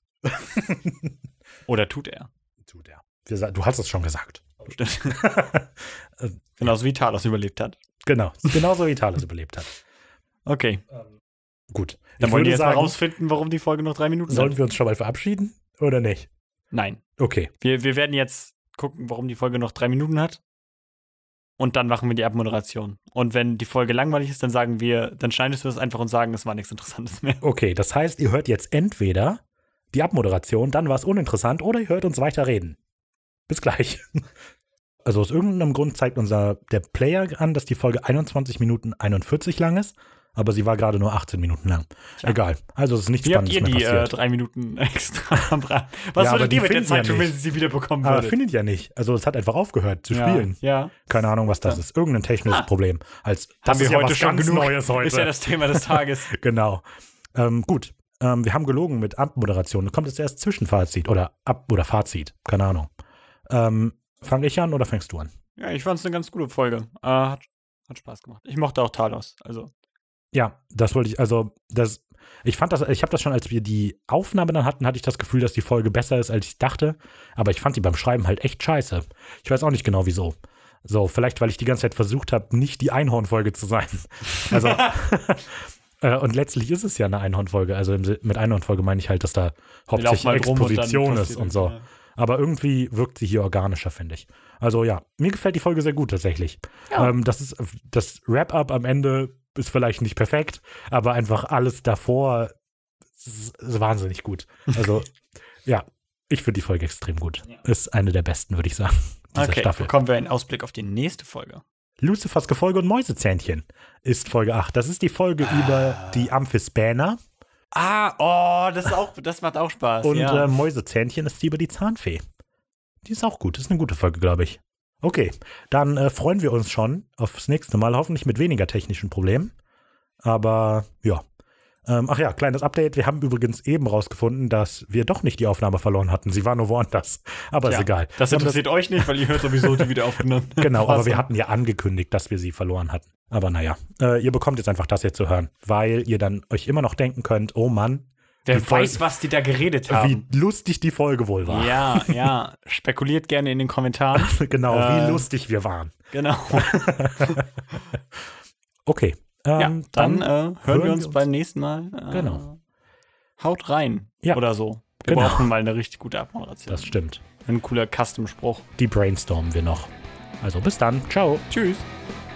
Oder tut er? Tut er. Du hast es schon gesagt. Stimmt. Genauso wie Talos überlebt hat. Genau, genauso wie Talos überlebt hat. Okay. Gut. Dann wollen wir jetzt mal rausfinden, warum die Folge noch 3 Minuten Sollen sind. wir uns schon mal verabschieden oder nicht? Nein. Okay. Wir werden jetzt gucken, warum die Folge noch 3 Minuten hat. Und dann machen wir die Abmoderation. Und wenn die Folge langweilig ist, dann dann schneidest du das einfach und sagen, es war nichts Interessantes mehr. Okay, das heißt, ihr hört jetzt entweder die Abmoderation, dann war es uninteressant, oder ihr hört uns weiter reden. Bis gleich. Also aus irgendeinem Grund zeigt der Player an, dass die Folge 21 Minuten 41 lang ist, aber sie war gerade nur 18 Minuten lang. Tja. Egal. Also es ist nichts Wie habt Spannendes ihr mehr die passiert. 3 Minuten extra am Rad? Was Ja, aber würdet die ihr mit der finden ja Zeit tun, wenn nicht. sie sie wieder bekommen Aber würdet? findet ja nicht. Also es hat einfach aufgehört zu spielen. Ja. Keine Ahnung, was das ist. Irgendein technisches Problem. Das Haben wir ist ja heute was schon ganz genug. Neues heute. Ist ja das Thema des Tages. Genau. Gut. Wir haben gelogen mit Abmoderation. Da kommt jetzt erst Zwischenfazit oder Fazit. Keine Ahnung. Fange ich an oder fängst du an? Ja, ich fand es eine ganz gute Folge. Hat Spaß gemacht. Ich mochte auch Talos. Also. Ja, das wollte ich, ich habe das schon, als wir die Aufnahme dann hatten, hatte ich das Gefühl, dass die Folge besser ist, als ich dachte. Aber ich fand die beim Schreiben halt echt scheiße. Ich weiß auch nicht genau, wieso. So, vielleicht, weil ich die ganze Zeit versucht habe, nicht die Einhorn-Folge zu sein. Also, Und letztlich ist es ja eine Einhornfolge. Also mit Einhornfolge meine ich halt, dass da hauptsächlich mal rum und dann Exposition ist passiert und so. ja. Aber irgendwie wirkt sie hier organischer, finde ich. Also ja, mir gefällt die Folge sehr gut tatsächlich. Ja. Das Wrap-up am Ende ist vielleicht nicht perfekt, aber einfach alles davor ist wahnsinnig gut. Also ja, ich finde die Folge extrem gut. Ja. Ist eine der besten, würde ich sagen, dieser Okay, Staffel. bekommen wir einen Ausblick auf die nächste Folge. Luzifers Gefolge und Mäusezähnchen ist Folge 8. Das ist die Folge über die Amphisbaäner. Das macht auch Spaß. Und ja. Mäusezähnchen ist die über die Zahnfee. Die ist auch gut. Das ist eine gute Folge, glaube ich. Okay, dann freuen wir uns schon aufs nächste Mal. Hoffentlich mit weniger technischen Problemen. Aber ja. Ach ja, kleines Update. Wir haben übrigens eben rausgefunden, dass wir doch nicht die Aufnahme verloren hatten. Sie war nur woanders. Aber ist egal. Das interessiert euch nicht, weil ihr hört sowieso die wieder aufgenommen. Genau, aber wir hatten ja angekündigt, dass wir sie verloren hatten. Aber naja, ihr bekommt jetzt einfach das hier zu hören, weil ihr dann euch immer noch denken könnt, oh Mann, Wer weiß, was die da geredet haben. wie lustig die Folge wohl war. Ja. Spekuliert gerne in den Kommentaren. Genau, wie lustig wir waren. Genau. Okay. Dann hören wir uns beim nächsten Mal. Genau. Haut rein. Ja. Oder so. Wir Genau. brauchen mal eine richtig gute Abmoderation. Das stimmt. Ein cooler Custom-Spruch. Die brainstormen wir noch. Also bis dann. Ciao. Tschüss.